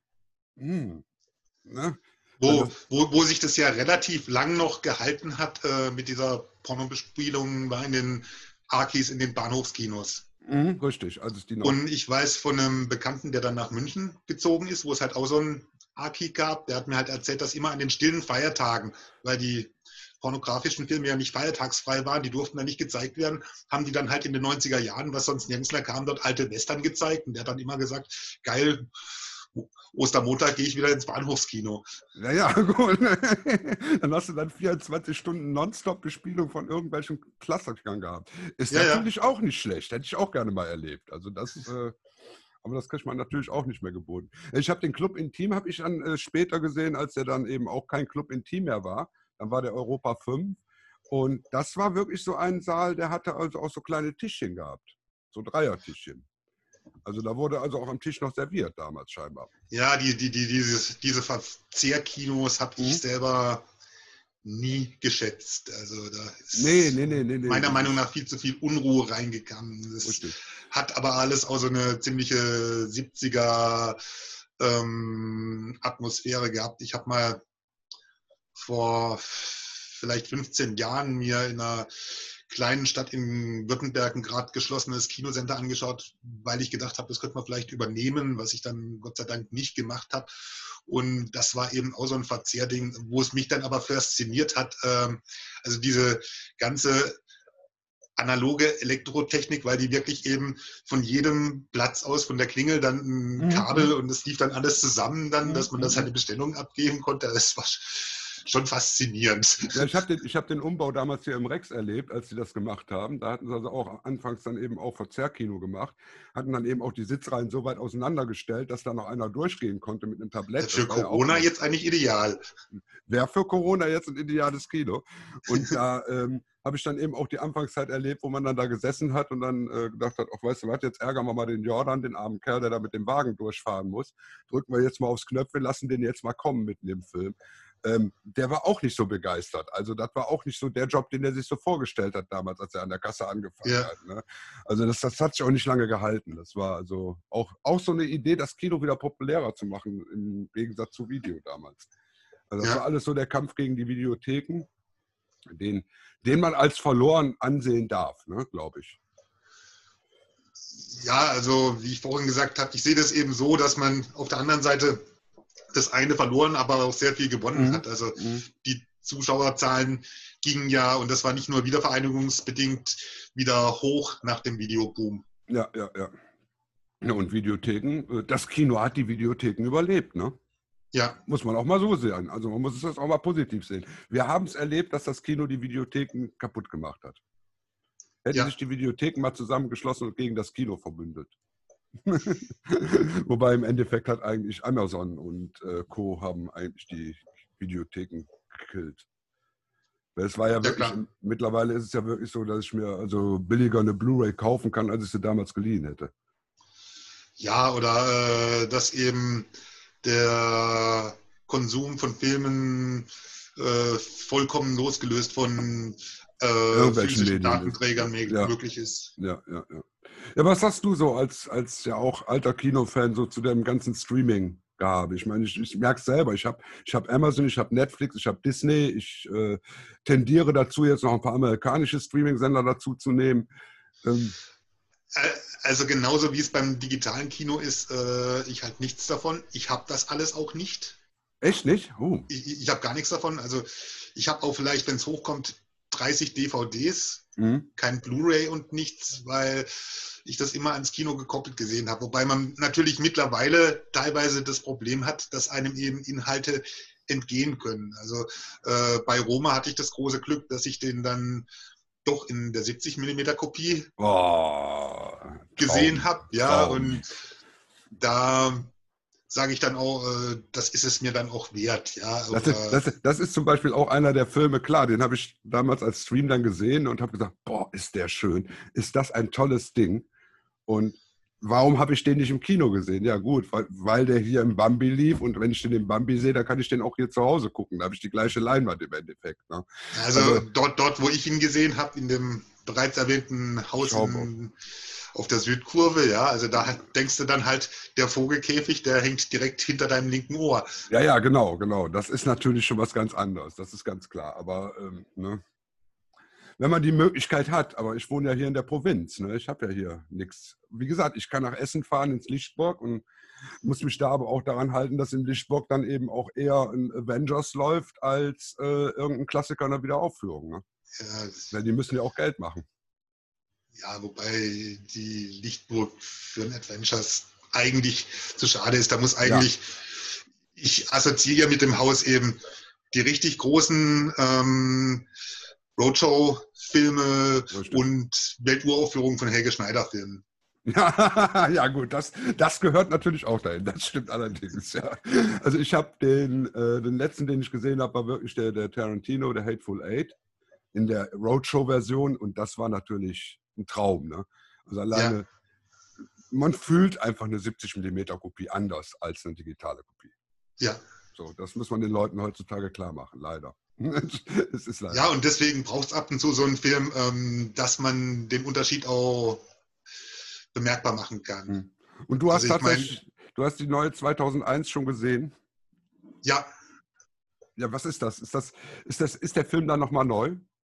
ne? Wo sich das ja relativ lang noch gehalten hat mit dieser Pornobespielung, war in den Arkis, in den Bahnhofskinos. Richtig. Also die noch. Und ich weiß von einem Bekannten, der dann nach München gezogen ist, wo es halt auch so ein Arki gab, der hat mir halt erzählt, dass immer an den stillen Feiertagen, weil die pornografischen Filme ja nicht feiertagsfrei waren, die durften dann nicht gezeigt werden, haben die dann halt in den 90er Jahren, was sonst nirgends mehr kam, dort alte Western gezeigt und der hat dann immer gesagt, geil, Ostermontag gehe ich wieder ins Bahnhofskino. Ja, gut. Dann hast du dann 24 Stunden Nonstop-Bespielung von irgendwelchen Klassikern gehabt. Ist natürlich auch nicht schlecht. Hätte ich auch gerne mal erlebt. Also das, aber das kriegt man natürlich auch nicht mehr geboten. Ich habe den Club Intim habe ich dann später gesehen, als der dann eben auch kein Club Intim mehr war. Dann war der Europa 5. Und das war wirklich so ein Saal, der hatte also auch so kleine Tischchen gehabt. So Dreiertischchen. Also da wurde also auch am Tisch noch serviert damals scheinbar. Ja, diese Verzehrkinos habe ich selber nie geschätzt. Also da ist meiner Meinung nach viel zu viel Unruhe reingegangen. Das hat aber alles auch so eine ziemliche 70er Atmosphäre gehabt. Ich habe mal vor vielleicht 15 Jahren mir in einer kleinen Stadt in Württemberg ein gerade geschlossenes Kinocenter angeschaut, weil ich gedacht habe, das könnte man vielleicht übernehmen, was ich dann Gott sei Dank nicht gemacht habe. Und das war eben auch so ein Verzehrding, wo es mich dann aber fasziniert hat. Also diese ganze analoge Elektrotechnik, weil die wirklich eben von jedem Platz aus, von der Klingel dann ein Kabel und es lief dann alles zusammen dann, dass man da seine Bestellung abgeben konnte. Das war schon faszinierend. Ja, ich hab den Umbau damals hier im Rex erlebt, als sie das gemacht haben. Da hatten sie also auch anfangs dann eben auch Verzerrkino gemacht, hatten dann eben auch die Sitzreihen so weit auseinandergestellt, dass da noch einer durchgehen konnte mit einem Tablett. Für Corona ja jetzt eigentlich ideal. Wäre für Corona jetzt ein ideales Kino. Und da habe ich dann eben auch die Anfangszeit erlebt, wo man dann da gesessen hat und dann gedacht hat, ach, weißt du was, jetzt ärgern wir mal den Jordan, den armen Kerl, der da mit dem Wagen durchfahren muss. Drücken wir jetzt mal aufs Knöpfchen, lassen den jetzt mal kommen mitten im Film. Der war auch nicht so begeistert. Also das war auch nicht so der Job, den er sich so vorgestellt hat damals, als er an der Kasse angefangen hat. Ne? Also das hat sich auch nicht lange gehalten. Das war also auch so eine Idee, das Kino wieder populärer zu machen, im Gegensatz zu Video damals. Also das war alles so der Kampf gegen die Videotheken, den man als verloren ansehen darf, ne, glaube ich. Ja, also wie ich vorhin gesagt habe, ich sehe das eben so, dass man auf der anderen Seite das eine verloren, aber auch sehr viel gewonnen hat. Also die Zuschauerzahlen gingen ja, und das war nicht nur wiedervereinigungsbedingt, wieder hoch nach dem Videoboom. Ja. Ja, und Videotheken, das Kino hat die Videotheken überlebt, ne? Ja. Muss man auch mal so sehen. Also man muss es auch mal positiv sehen. Wir haben es erlebt, dass das Kino die Videotheken kaputt gemacht hat. Hätten sich die Videotheken mal zusammengeschlossen und gegen das Kino verbündet. Wobei im Endeffekt hat eigentlich Amazon und Co. haben eigentlich die Videotheken gekillt. Es war ja wirklich, mittlerweile ist es ja wirklich so, dass ich mir also billiger eine Blu-ray kaufen kann, als ich sie damals geliehen hätte. Ja, oder dass eben der Konsum von Filmen vollkommen losgelöst von physischen Datenträgern möglich ist. Ja. Ja, was hast du so als ja auch alter Kinofan so zu dem ganzen Streaming gehabt? Ich meine, ich merke es selber. Ich hab Amazon, ich habe Netflix, ich habe Disney. Ich tendiere dazu, jetzt noch ein paar amerikanische Streaming-Sender dazu zu nehmen. Also genauso wie es beim digitalen Kino ist, ich halte nichts davon. Ich habe das alles auch nicht. Echt nicht? Oh. Ich habe gar nichts davon. Also ich habe auch vielleicht, wenn es hochkommt, 30 DVDs, kein Blu-ray und nichts, weil ich das immer ans Kino gekoppelt gesehen habe. Wobei man natürlich mittlerweile teilweise das Problem hat, dass einem eben Inhalte entgehen können. Also bei Roma hatte ich das große Glück, dass ich den dann doch in der 70 mm Kopie gesehen habe. Ja, und da sage ich dann auch, das ist es mir dann auch wert. Ja, das ist zum Beispiel auch einer der Filme, klar, den habe ich damals als Stream dann gesehen und habe gesagt, boah, ist der schön, ist das ein tolles Ding. Und warum habe ich den nicht im Kino gesehen? Ja gut, weil der hier im Bambi lief und wenn ich den im Bambi sehe, dann kann ich den auch hier zu Hause gucken. Da habe ich die gleiche Leinwand im Endeffekt. Ne? Also dort, wo ich ihn gesehen habe, in dem bereits erwähnten Haus auf der Südkurve, ja, also da denkst du dann halt, der Vogelkäfig, der hängt direkt hinter deinem linken Ohr. Ja, genau. Das ist natürlich schon was ganz anderes, das ist ganz klar. Aber ne? Wenn man die Möglichkeit hat, aber ich wohne ja hier in der Provinz, ne? Ich habe ja hier nichts. Wie gesagt, ich kann nach Essen fahren, ins Lichtburg und muss mich da aber auch daran halten, dass in Lichtburg dann eben auch eher ein Avengers läuft, als irgendein Klassiker in der Wiederaufführung. Ne? Ja, weil die müssen ja auch Geld machen. Ja, wobei die Lichtburg für ein Adventures eigentlich zu schade ist. Da muss eigentlich, ich assoziiere mit dem Haus eben die richtig großen Roadshow-Filme und Welturaufführungen von Helge Schneider-Filmen. Ja gut, das gehört natürlich auch dahin, das stimmt allerdings. Ja. Also ich habe den letzten, den ich gesehen habe, war wirklich der Tarantino, der Hateful Eight, in der Roadshow-Version und das war natürlich ein Traum. Ne? Also alleine, man fühlt einfach eine 70 mm Kopie anders als eine digitale Kopie. Ja. So, das muss man den Leuten heutzutage klar machen, leider. Es ist leider. Ja, und deswegen braucht es ab und zu so einen Film, dass man den Unterschied auch bemerkbar machen kann. Und du hast du hast die neue 2001 schon gesehen? Ja. Ja, was ist das? Ist der Film dann nochmal neu?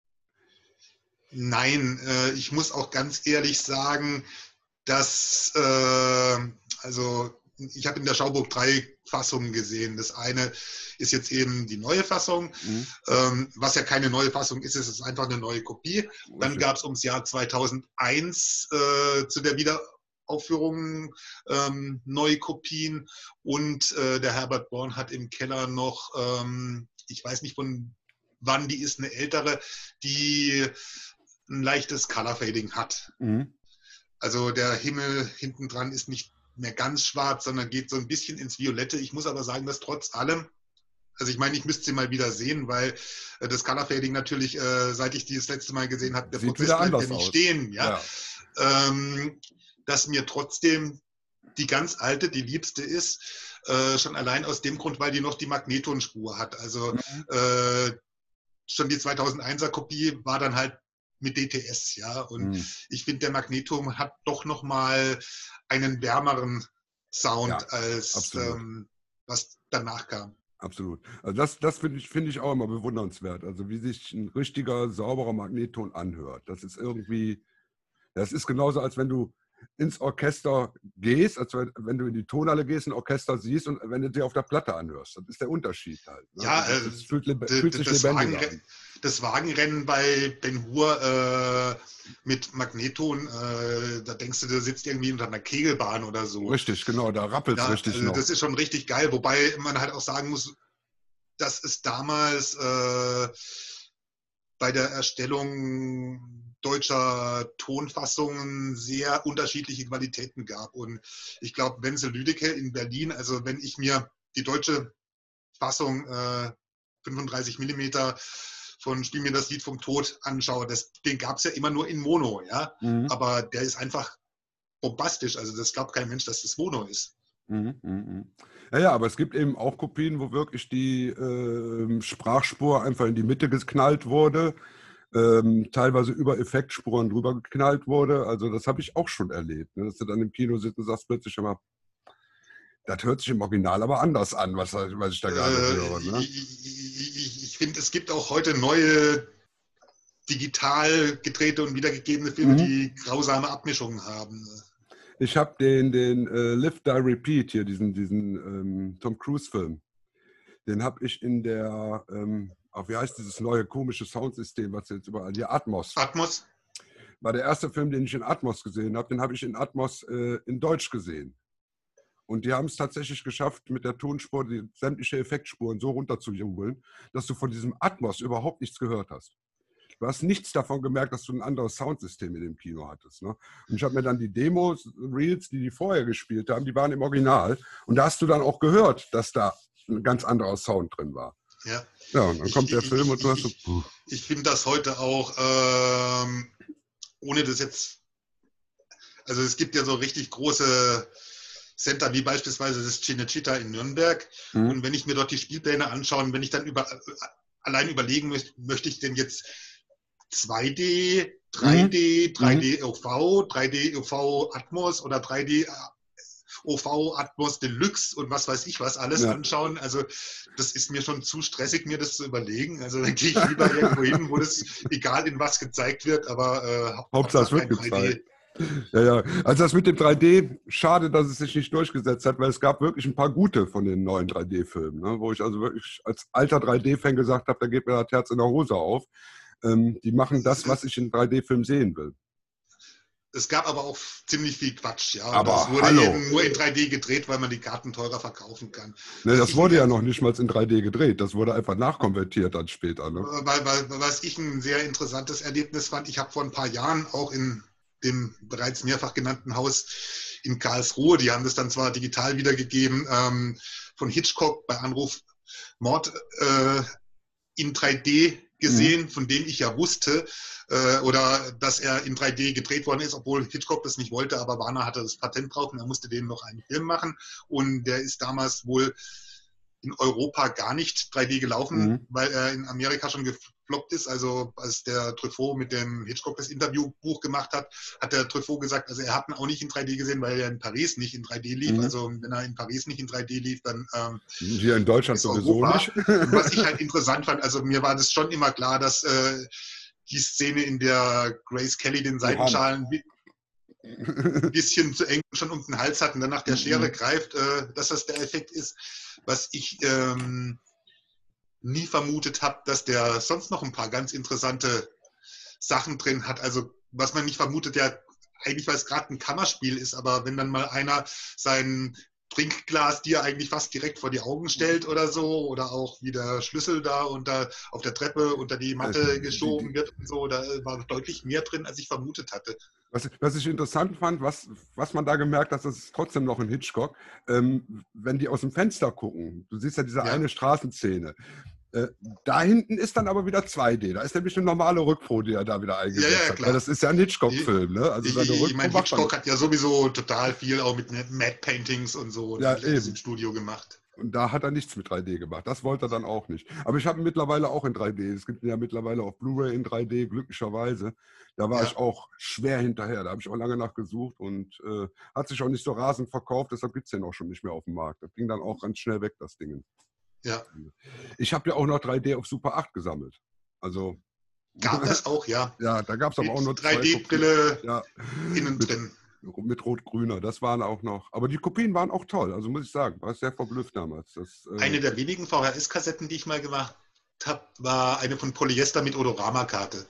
Nein, ich muss auch ganz ehrlich sagen, dass, also ich habe in der Schauburg 3 Fassungen gesehen. Das eine ist jetzt eben die neue Fassung, was ja keine neue Fassung ist, es ist einfach eine neue Kopie. Dann gab es ums Jahr 2001 zu der Wiederaufführung neue Kopien und der Herbert Born hat im Keller noch, ich weiß nicht von wann die ist, eine ältere, die ein leichtes Color Fading hat. Mhm. Also der Himmel hinten dran ist nicht mehr ganz schwarz, sondern geht so ein bisschen ins Violette. Ich muss aber sagen, dass trotz allem, also ich meine, ich müsste sie mal wieder sehen, weil das Color Fading natürlich, seit ich die das letzte Mal gesehen habe, der Sieht Prozess wieder bleibt anders ja nicht aus. stehen. Ja? Ja. Dass mir trotzdem die ganz alte, die liebste ist, schon allein aus dem Grund, weil die noch die Magnettonspur hat. Also schon die 2001er Kopie war dann halt mit DTS, ja. Und ich finde, der Magneton hat doch nochmal einen wärmeren Sound als was danach kam. Absolut. Also das find ich auch immer bewundernswert. Also wie sich ein richtiger, sauberer Magnetton anhört. Das ist irgendwie, das ist genauso, als wenn du ins Orchester gehst, als wenn du in die Tonhalle gehst, ein Orchester siehst und wenn du dir auf der Platte anhörst. Das ist der Unterschied halt. Ne? Ja, also das fühlt sich lebendiger an. Das Wagenrennen bei Ben Hur mit Magneton, da denkst du, der sitzt irgendwie unter einer Kegelbahn oder so. Richtig, genau, da rappelt es richtig also noch. Das ist schon richtig geil, wobei man halt auch sagen muss, dass es damals bei der Erstellung deutscher Tonfassungen sehr unterschiedliche Qualitäten gab. Und ich glaube, Wenzel Lüdecke in Berlin, also wenn ich mir die deutsche Fassung 35 mm von Spiel mir das Lied vom Tod anschaue, den gab es ja immer nur in Mono, ja. Aber der ist einfach bombastisch. Also das glaubt kein Mensch, dass das Mono ist. Ja, aber es gibt eben auch Kopien, wo wirklich die Sprachspur einfach in die Mitte geknallt wurde, teilweise über Effektspuren drüber geknallt wurde. Also das habe ich auch schon erlebt, ne? Dass du dann im Kino sitzt und sagst plötzlich immer, das hört sich im Original aber anders an, was ich da gerade höre. Ne? Ich finde, es gibt auch heute neue digital gedrehte und wiedergegebene Filme, die grausame Abmischungen haben. Ich habe den Live, Die, Repeat hier, diesen Tom Cruise-Film, den habe ich in der, wie heißt dieses neue komische Soundsystem, was jetzt überall hier, Atmos. Atmos? War der erste Film, den ich in Atmos gesehen habe, den habe ich in Atmos in Deutsch gesehen. Und die haben es tatsächlich geschafft, mit der Tonspur die sämtliche Effektspuren so runterzujubeln, dass du von diesem Atmos überhaupt nichts gehört hast. Du hast nichts davon gemerkt, dass du ein anderes Soundsystem in dem Kino hattest. Ne? Und ich habe mir dann die Demos, Reels, die vorher gespielt haben, die waren im Original. Und da hast du dann auch gehört, dass da ein ganz anderer Sound drin war. Ja, ja, und dann kommt der Film und du hast so... Ich finde das heute auch, ohne das jetzt... Also es gibt ja so richtig große Center, wie beispielsweise das Cinecittà in Nürnberg. Und wenn ich mir dort die Spielpläne anschaue, und wenn ich dann allein überlegen möchte ich denn jetzt 2D, 3D, 3D OV, 3D OV Atmos oder 3D OV Atmos Deluxe und was weiß ich was alles anschauen. Also das ist mir schon zu stressig, mir das zu überlegen. Also dann gehe ich lieber irgendwo hin, wo das, egal in was gezeigt wird, aber Hauptsache es wird gezeigt. Ja. Also das mit dem 3D, schade, dass es sich nicht durchgesetzt hat, weil es gab wirklich ein paar gute von den neuen 3D-Filmen, ne? Wo ich also wirklich als alter 3D-Fan gesagt habe, da geht mir das Herz in der Hose auf. Die machen das, was ich in 3D-Filmen sehen will. Es gab aber auch ziemlich viel Quatsch, ja. Und aber das wurde eben nur in 3D gedreht, weil man die Karten teurer verkaufen kann. Ne, das wurde ja noch nicht mal in 3D gedreht. Das wurde einfach nachkonvertiert dann später. Ne? Was ich ein sehr interessantes Erlebnis fand, ich habe vor ein paar Jahren auch in dem bereits mehrfach genannten Haus in Karlsruhe, die haben das dann zwar digital wiedergegeben, von Hitchcock bei Anruf Mord in 3D gesehen, von dem ich ja wusste, oder dass er in 3D gedreht worden ist, obwohl Hitchcock das nicht wollte, aber Warner hatte das Patent drauf und er musste denen noch einen Film machen. Und der ist damals wohl in Europa gar nicht 3D gelaufen, weil er in Amerika schon geflogen aufgeploppt ist. Also als der Truffaut mit dem Hitchcock das Interviewbuch gemacht hat, hat der Truffaut gesagt, also er hat ihn auch nicht in 3D gesehen, weil er in Paris nicht in 3D lief. Also wenn er in Paris nicht in 3D lief, dann hier in Deutschland ist sowieso Europa. nicht. Und was ich halt interessant fand, also mir war das schon immer klar, dass die Szene, in der Grace Kelly den Seitenschalen ein bisschen zu eng schon um den Hals hat und dann nach der Schere greift, dass das der Effekt ist. Was ich nie vermutet habe, dass der sonst noch ein paar ganz interessante Sachen drin hat. Also was man nicht vermutet, ja eigentlich, weil es gerade ein Kammerspiel ist, aber wenn dann mal einer sein Trinkglas dir eigentlich fast direkt vor die Augen stellt oder so, oder auch wie der Schlüssel da auf der Treppe unter die Matte geschoben wird und so, da war deutlich mehr drin, als ich vermutet hatte. Was ich interessant fand, was man da gemerkt hat, das ist trotzdem noch ein Hitchcock, wenn die aus dem Fenster gucken, du siehst ja diese eine Straßenszene, da hinten ist dann aber wieder 2D, da ist nämlich eine normale Rückfrau, die er da wieder eingesetzt hat, weil das ist ja ein Hitchcock-Film. Ne? Also ich meine, Hitchcock hat ja sowieso total viel auch mit Matte-Paintings und so im Studio gemacht. Und da hat er nichts mit 3D gemacht. Das wollte er dann auch nicht. Aber ich habe ihn mittlerweile auch in 3D. Es gibt ihn ja mittlerweile auf Blu-ray in 3D, glücklicherweise. Da war ich auch schwer hinterher. Da habe ich auch lange nachgesucht und hat sich auch nicht so rasend verkauft. Deshalb gibt es den auch schon nicht mehr auf dem Markt. Das ging dann auch ganz schnell weg, das Ding. Ja. Ich habe ja auch noch 3D auf Super 8 gesammelt. Also. Gab es auch, ja. Ja, da gab es aber auch nur 3D-Brille innen drin. Mit Rot-Grüner, das waren auch noch. Aber die Kopien waren auch toll, also muss ich sagen, war sehr verblüfft damals. Eine der wenigen VHS-Kassetten, die ich mal gemacht habe, war eine von Polyester mit Odorama-Karte.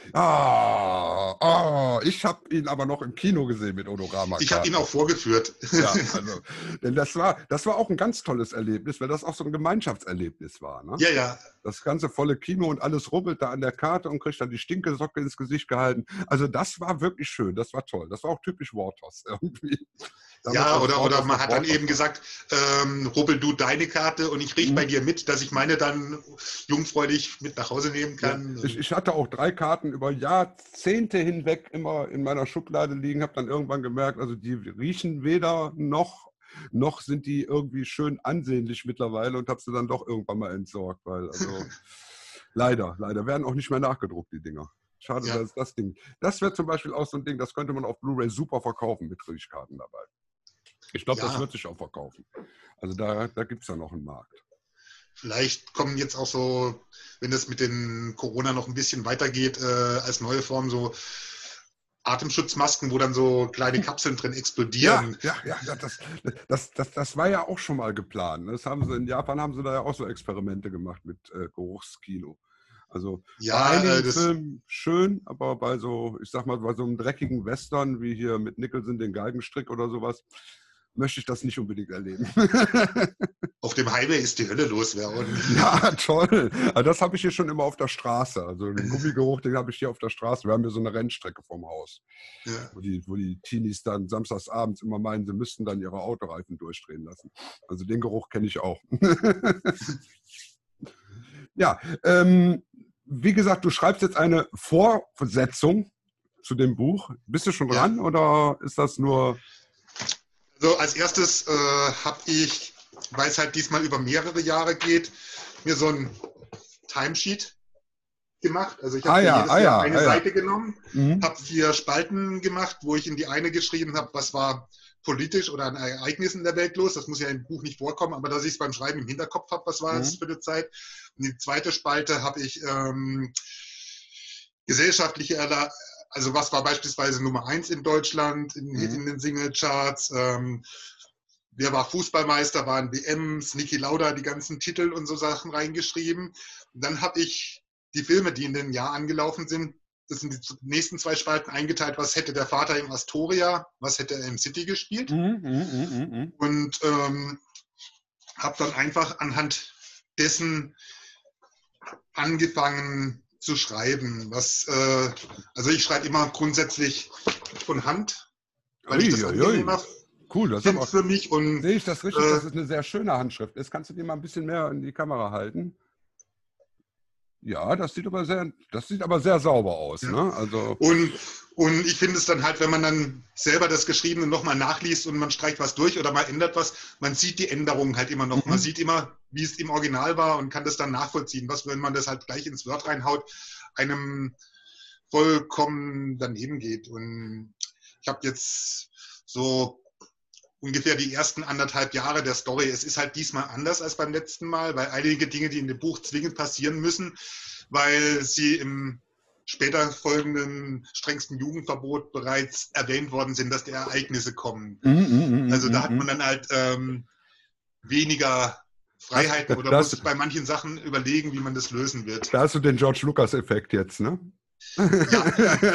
Ich habe ihn aber noch im Kino gesehen mit Odorama. Ich habe ihn auch vorgeführt. Ja, also, denn das war auch ein ganz tolles Erlebnis, weil das auch so ein Gemeinschaftserlebnis war. Ne? Ja, ja. Das ganze volle Kino und alles rubbelt da an der Karte und kriegt dann die Stinkesocke ins Gesicht gehalten. Also das war wirklich schön, das war toll. Das war auch typisch Warthos irgendwie. Ja, oder man hat dann eben gesagt, rubbel du deine Karte und ich rieche bei dir mit, dass ich meine dann jungfräulich mit nach Hause nehmen kann. Ja, ich hatte auch 3 Karten über Jahrzehnte hinweg immer in meiner Schublade liegen, habe dann irgendwann gemerkt, also die riechen weder noch sind die irgendwie schön ansehnlich mittlerweile und habe sie dann doch irgendwann mal entsorgt, weil also leider werden auch nicht mehr nachgedruckt, die Dinger. Schade, dass das Ding. Das wäre zum Beispiel auch so ein Ding, das könnte man auf Blu-ray super verkaufen mit Riechkarten dabei. Ich glaube, das wird sich auch verkaufen. Also da gibt es ja noch einen Markt. Vielleicht kommen jetzt auch so, wenn das mit den Corona noch ein bisschen weitergeht, als neue Form so Atemschutzmasken, wo dann so kleine Kapseln drin explodieren. Ja, das war ja auch schon mal geplant. In Japan haben sie da ja auch so Experimente gemacht mit Geruchskino. Also bei einigen Filmen schön, aber bei so, ich sag mal, bei so einem dreckigen Western, wie hier mit Nicholson, den Galgenstrick oder sowas, möchte ich das nicht unbedingt erleben. Auf dem Highway ist die Hölle los, wäre ordentlich. Ja, toll. Also das habe ich hier schon immer auf der Straße. Also den Gummigeruch, den habe ich hier auf der Straße. Wir haben hier so eine Rennstrecke vorm Haus, wo die Teenies dann samstags abends immer meinen, sie müssten dann ihre Autoreifen durchdrehen lassen. Also den Geruch kenne ich auch. Ja, wie gesagt, du schreibst jetzt eine Fortsetzung zu dem Buch. Bist du schon dran oder ist das nur... So, als erstes habe ich, weil es halt diesmal über mehrere Jahre geht, mir so ein Timesheet gemacht. Also ich habe jedes Jahr eine Seite genommen, habe 4 Spalten gemacht, wo ich in die eine geschrieben habe, was war politisch oder an Ereignissen in der Welt los. Das muss ja im Buch nicht vorkommen, aber dass ich es beim Schreiben im Hinterkopf habe, was war es für eine Zeit. Und die zweite Spalte habe ich gesellschaftliche also was war beispielsweise Nummer 1 in Deutschland in den Singlecharts? Wer war Fußballmeister, waren WMs, Niki Lauda, die ganzen Titel und so Sachen reingeschrieben. Und dann habe ich die Filme, die in dem Jahr angelaufen sind, das sind die nächsten 2 Spalten eingeteilt, was hätte der Vater im Astoria, was hätte er im City gespielt. Und habe dann einfach anhand dessen angefangen zu schreiben. Also ich schreibe immer grundsätzlich von Hand, weil ich das angenehmer cool, das finde für mich. Und sehe ich das richtig, dass es eine sehr schöne Handschrift ist. Kannst du die mal ein bisschen mehr in die Kamera halten? Ja, das sieht aber sehr sauber aus. Ja. Ne? Also, und Und ich finde es dann halt, wenn man dann selber das Geschriebene nochmal nachliest und man streicht was durch oder mal ändert was, man sieht die Änderungen halt immer noch. Man sieht immer, wie es im Original war und kann das dann nachvollziehen. Was, wenn man das halt gleich ins Word reinhaut, einem vollkommen daneben geht. Und ich habe jetzt so ungefähr die ersten 1,5 Jahre der Story. Es ist halt diesmal anders als beim letzten Mal, weil einige Dinge, die in dem Buch zwingend passieren müssen, weil sie im später folgenden strengsten Jugendverbot bereits erwähnt worden sind, dass die Ereignisse kommen. Also da hat man dann halt weniger Freiheiten oder muss bei manchen Sachen überlegen, wie man das lösen wird. Da hast du den George Lucas-Effekt jetzt, ne? Ja.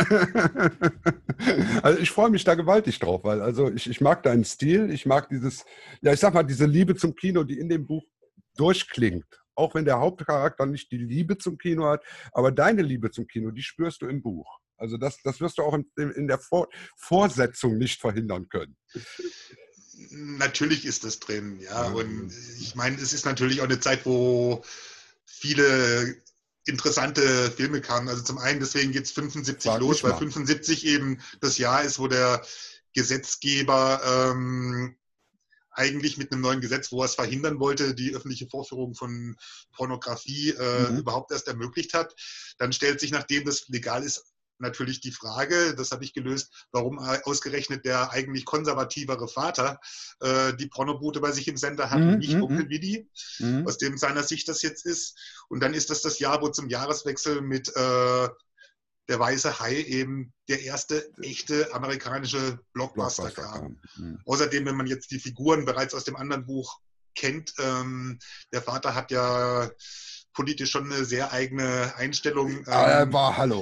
Also ich freue mich da gewaltig drauf, weil also ich mag deinen Stil, ich mag dieses, ja ich sag mal, diese Liebe zum Kino, die in dem Buch durchklingt. Auch wenn der Hauptcharakter nicht die Liebe zum Kino hat, aber deine Liebe zum Kino, die spürst du im Buch. Also das wirst du auch in der Fortsetzung nicht verhindern können. Natürlich ist das drin, ja. Und ich meine, es ist natürlich auch eine Zeit, wo viele interessante Filme kamen. Also zum einen, deswegen geht es 75 los, weil 75 eben das Jahr ist, wo der Gesetzgeber eigentlich mit einem neuen Gesetz, wo er es verhindern wollte, die öffentliche Vorführung von Pornografie überhaupt erst ermöglicht hat. Dann stellt sich, nachdem das legal ist, natürlich die Frage, das habe ich gelöst, warum ausgerechnet der eigentlich konservativere Vater die Pornobude bei sich im Sender hat und nicht Onkel Willi, aus dem seiner Sicht das jetzt ist. Und dann ist das Jahr, wo zum Jahreswechsel mit Der Weiße Hai eben der erste echte amerikanische Blockbuster kam. Außerdem, wenn man jetzt die Figuren bereits aus dem anderen Buch kennt, der Vater hat ja politisch schon eine sehr eigene Einstellung. Hallo.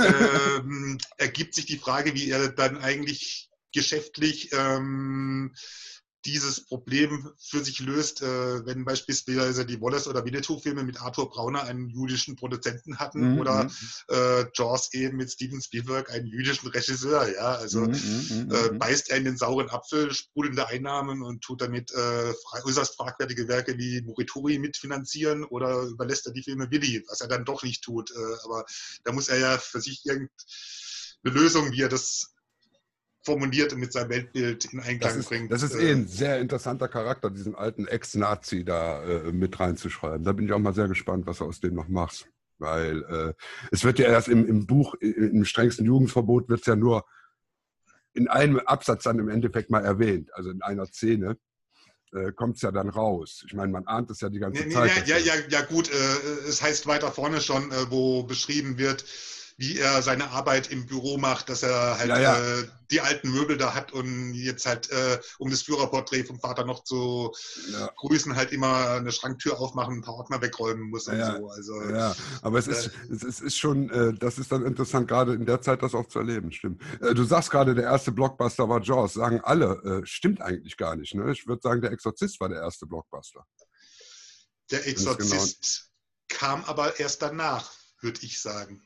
Ergibt sich die Frage, wie er dann eigentlich geschäftlich dieses Problem für sich löst, wenn beispielsweise die Wallace- oder Winnetou-Filme mit Arthur Brauner einen jüdischen Produzenten hatten oder Jaws eben mit Steven Spielberg einen jüdischen Regisseur. Ja? Also beißt er in den sauren Apfel, sprudelnde Einnahmen und tut damit äußerst fragwürdige Werke wie Morituri mitfinanzieren oder überlässt er die Filme Willi, was er dann doch nicht tut. Aber da muss er ja für sich irgendeine Lösung, wie er das formuliert und mit seinem Weltbild in Einklang bringt. Das ist ein sehr interessanter Charakter, diesen alten Ex-Nazi da mit reinzuschreiben. Da bin ich auch mal sehr gespannt, was du aus dem noch machst. Weil es wird ja erst im Buch, im strengsten Jugendverbot, wird es ja nur in einem Absatz dann im Endeffekt mal erwähnt. Also in einer Szene kommt es ja dann raus. Ich meine, man ahnt es ja die ganze Zeit. Ja, gut. Es heißt weiter vorne schon, wo beschrieben wird, wie er seine Arbeit im Büro macht, dass er halt die alten Möbel da hat und jetzt halt, um das Führerporträt vom Vater noch zu grüßen, halt immer eine Schranktür aufmachen, ein paar Ordner wegräumen muss und so. Also, aber es ist schon, das ist dann interessant, gerade in der Zeit das auch zu erleben, stimmt. Du sagst gerade, der erste Blockbuster war Jaws, sagen alle, stimmt eigentlich gar nicht. Ne? Ich würde sagen, der Exorzist war der erste Blockbuster. Der Exorzist kam aber erst danach, würde ich sagen.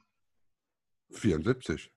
74.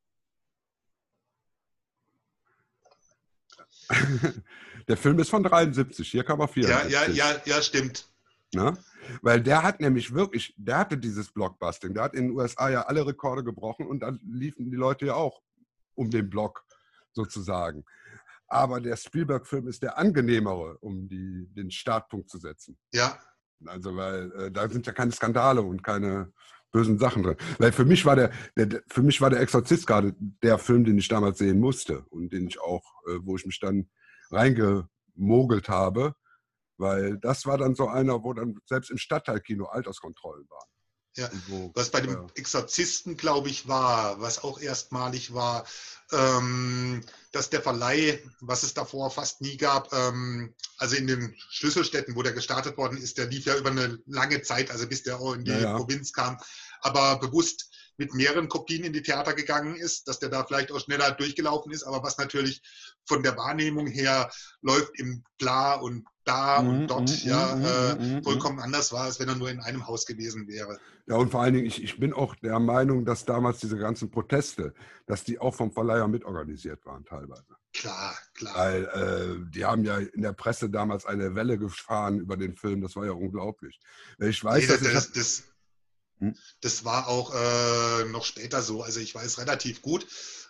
Der Film ist von 73, hier kam er 74. Ja, stimmt. Na? Weil der hat nämlich wirklich, der hatte dieses Blockbusting, der hat in den USA ja alle Rekorde gebrochen und dann liefen die Leute ja auch um den Block sozusagen. Aber der Spielberg-Film ist der angenehmere, um den Startpunkt zu setzen. Ja. Also weil da sind ja keine Skandale und keine bösen Sachen drin. Weil für mich war der Exorzist gerade der Film, den ich damals sehen musste und den ich auch, wo ich mich dann reingemogelt habe, weil das war dann so einer, wo dann selbst im Stadtteilkino Alterskontrollen waren. Ja, was bei dem Exorzisten, glaube ich, war, was auch erstmalig war, dass der Verleih, was es davor fast nie gab, also in den Schlüsselstädten, wo der gestartet worden ist, der lief ja über eine lange Zeit, also bis der auch in die Provinz kam, aber bewusst mit mehreren Kopien in die Theater gegangen ist, dass der da vielleicht auch schneller durchgelaufen ist, aber was natürlich von der Wahrnehmung her läuft im Klar und da und dort vollkommen anders war, als wenn er nur in einem Haus gewesen wäre. Ja, und vor allen Dingen, ich bin auch der Meinung, dass damals diese ganzen Proteste, dass die auch vom Verleiher mitorganisiert waren teilweise. Klar. Weil die haben ja in der Presse damals eine Welle gefahren über den Film, das war ja unglaublich. Ich weiß, das war auch noch später so, also ich weiß relativ gut,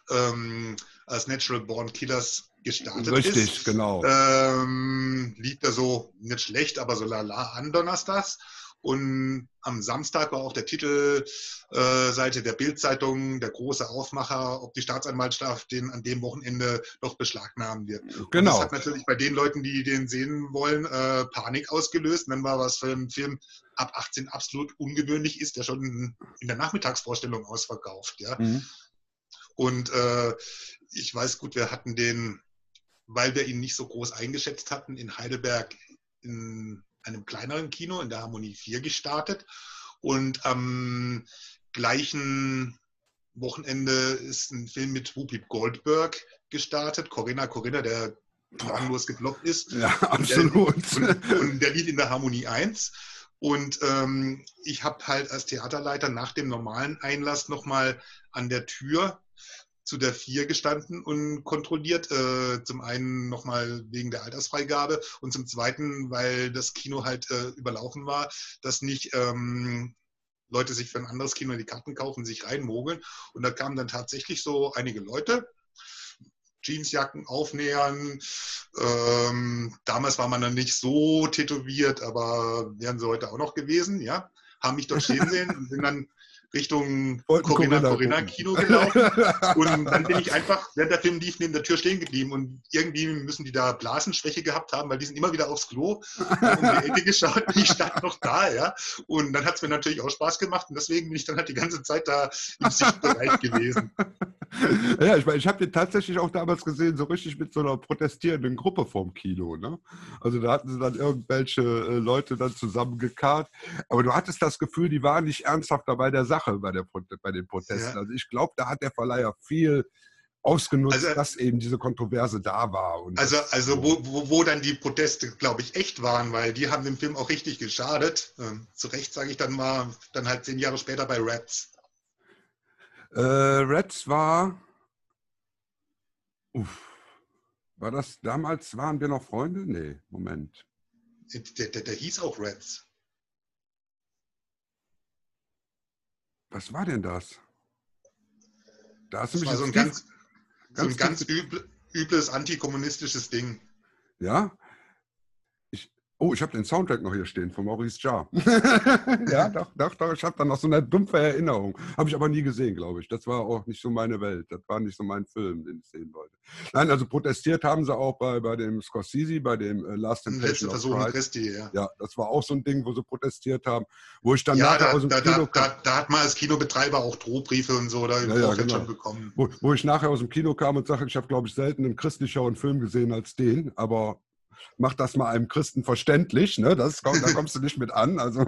als Natural Born Killers gestartet ist. Richtig, genau. Lief da so nicht schlecht, aber so lala an donnerstags. Und am Samstag war auf der Titelseite der Bild-Zeitung der große Aufmacher, ob die Staatsanwaltschaft den an dem Wochenende doch beschlagnahmen wird. Genau. Und das hat natürlich bei den Leuten, die den sehen wollen, Panik ausgelöst. Wenn man was für einen Film ab 18 absolut ungewöhnlich ist, der schon in der Nachmittagsvorstellung ausverkauft. Ja? Mhm. Und ich weiß gut, wir hatten den, weil wir ihn nicht so groß eingeschätzt hatten, in Heidelberg in einem kleineren Kino in der Harmonie 4 gestartet. Und am gleichen Wochenende ist ein Film mit Whoopi Goldberg gestartet, Corinna, der gnadenlos geblockt ist. Ja, absolut. Und der lief in der Harmonie 1. Und ich habe halt als Theaterleiter nach dem normalen Einlass nochmal an der Tür zu der 4 gestanden und kontrolliert. Zum einen nochmal wegen der Altersfreigabe und zum zweiten, weil das Kino halt überlaufen war, dass nicht Leute sich für ein anderes Kino die Karten kaufen, sich reinmogeln. Und da kamen dann tatsächlich so einige Leute, Jeansjacken aufnähern. Damals war man dann nicht so tätowiert, aber wären sie heute auch noch gewesen, ja. Haben mich dort stehen sehen und sind dann Richtung Corinna-Kino gelaufen. Und dann bin ich einfach, während der Film lief, neben der Tür stehen geblieben. Und irgendwie müssen die da Blasenschwäche gehabt haben, weil die sind immer wieder aufs Klo, um die Ecke geschaut, ich stand noch da, ja. Und dann hat es mir natürlich auch Spaß gemacht. Und deswegen bin ich dann halt die ganze Zeit da im Sichtbereich gewesen. Ja, ich habe den tatsächlich auch damals gesehen, so richtig mit so einer protestierenden Gruppe vorm Kino. Ne? Also da hatten sie dann irgendwelche Leute dann zusammengekarrt. Aber du hattest das Gefühl, die waren nicht ernsthaft dabei der Sache bei den Protesten. Ja. Also ich glaube, da hat der Verleiher viel ausgenutzt, dass eben diese Kontroverse da war. Und wo dann die Proteste, glaube ich, echt waren, weil die haben dem Film auch richtig geschadet. Zu Recht, sage ich dann mal, dann halt 10 Jahre später bei Rats. Rats war... War das damals, waren wir noch Freunde? Nee, Moment. Der hieß auch Rats. Was war denn das? Da hast du mich war so ein ganz übles antikommunistisches Ding. Ja? Ich habe den Soundtrack noch hier stehen von Maurice Jarre. Ja, doch, ich habe da noch so eine dumpfe Erinnerung. Habe ich aber nie gesehen, glaube ich. Das war auch nicht so meine Welt. Das war nicht so mein Film, den ich sehen wollte. Nein, also protestiert haben sie auch bei dem Scorsese, bei dem Last Temptation of Christ. Ja, das war auch so ein Ding, wo sie protestiert haben, wo ich dann nachher aus dem Kino kam. Da hat man als Kinobetreiber auch Drohbriefe und so da im Vorfeld schon bekommen. Wo ich nachher aus dem Kino kam und sagte, ich habe, glaube ich, selten einen christlicheren Film gesehen als den, aber mach das mal einem Christen verständlich, ne? Da kommst du nicht mit an. Also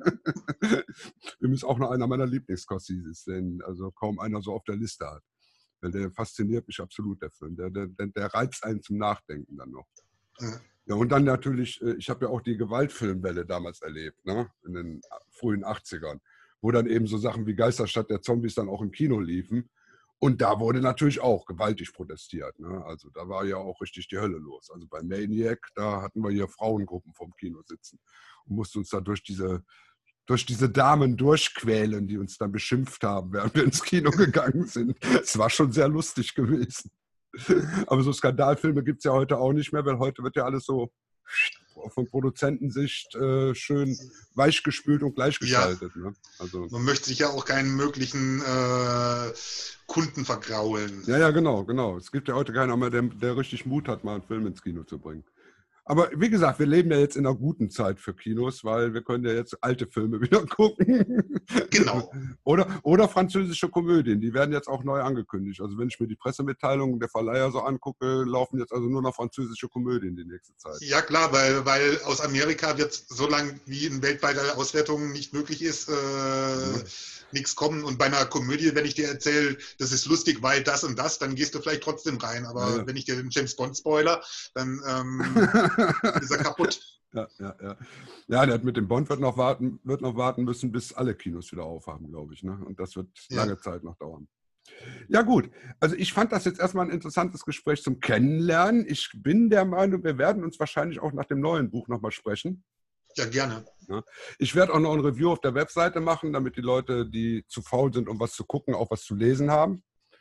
ist auch noch einer meiner Lieblings-Scorseses, den also kaum einer so auf der Liste hat. Weil der fasziniert mich absolut, der Film. Der reizt einen zum Nachdenken dann noch. Ja, und dann natürlich, ich habe ja auch die Gewaltfilmwelle damals erlebt, ne? In den frühen 80ern, wo dann eben so Sachen wie Geisterstadt der Zombies dann auch im Kino liefen. Und da wurde natürlich auch gewaltig protestiert. Ne? Also da war ja auch richtig die Hölle los. Also bei Maniac, da hatten wir hier Frauengruppen vom Kino sitzen und mussten uns da durch diese Damen durchquälen, die uns dann beschimpft haben, während wir ins Kino gegangen sind. Es war schon sehr lustig gewesen. Aber so Skandalfilme gibt es ja heute auch nicht mehr, weil heute wird ja alles so von Produzentensicht schön weichgespült und gleichgeschaltet. Ja. Ne? Also, man möchte sich ja auch keinen möglichen Kunden vergraulen. Ja, genau. Es gibt ja heute keiner mehr, der richtig Mut hat, mal einen Film ins Kino zu bringen. Aber wie gesagt, wir leben ja jetzt in einer guten Zeit für Kinos, weil wir können ja jetzt alte Filme wieder gucken. Genau. Oder französische Komödien, die werden jetzt auch neu angekündigt. Also wenn ich mir die Pressemitteilungen der Verleiher so angucke, laufen jetzt also nur noch französische Komödien die nächste Zeit. Ja klar, weil aus Amerika wird so lange wie in weltweiter Auswertung nicht möglich ist, nichts kommen. Und bei einer Komödie, wenn ich dir erzähle, das ist lustig, weil das und das, dann gehst du vielleicht trotzdem rein. Aber wenn ich dir den James Bond spoiler, dann ist er kaputt. Ja, der mit dem Bond wird noch warten müssen, bis alle Kinos wieder aufhaben, glaube ich. Ne? Und das wird lange Zeit noch dauern. Ja gut, also ich fand das jetzt erstmal ein interessantes Gespräch zum Kennenlernen. Ich bin der Meinung, wir werden uns wahrscheinlich auch nach dem neuen Buch nochmal sprechen. Ja, gerne. Ja. Ich werde auch noch ein Review auf der Webseite machen, damit die Leute, die zu faul sind, um was zu gucken, auch was zu lesen haben.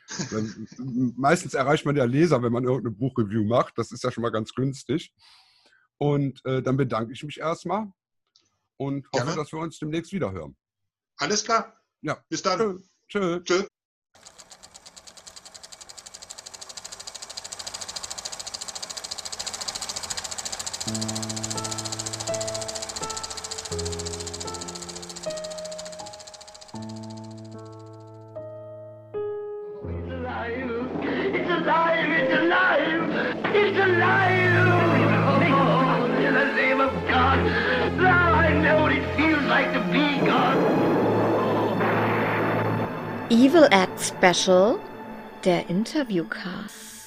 Meistens erreicht man ja Leser, wenn man irgendeine Buchreview macht. Das ist ja schon mal ganz günstig. Und dann bedanke ich mich erstmal und hoffe, Gerne. dass wir uns demnächst wieder hören. Alles klar. Ja. Bis dann. Tschö. Tschö. It's alive! It's alive! It's alive! Oh, in the name of God! Now I know what it feels like to be God! Evil Ed Special, der Interviewcast.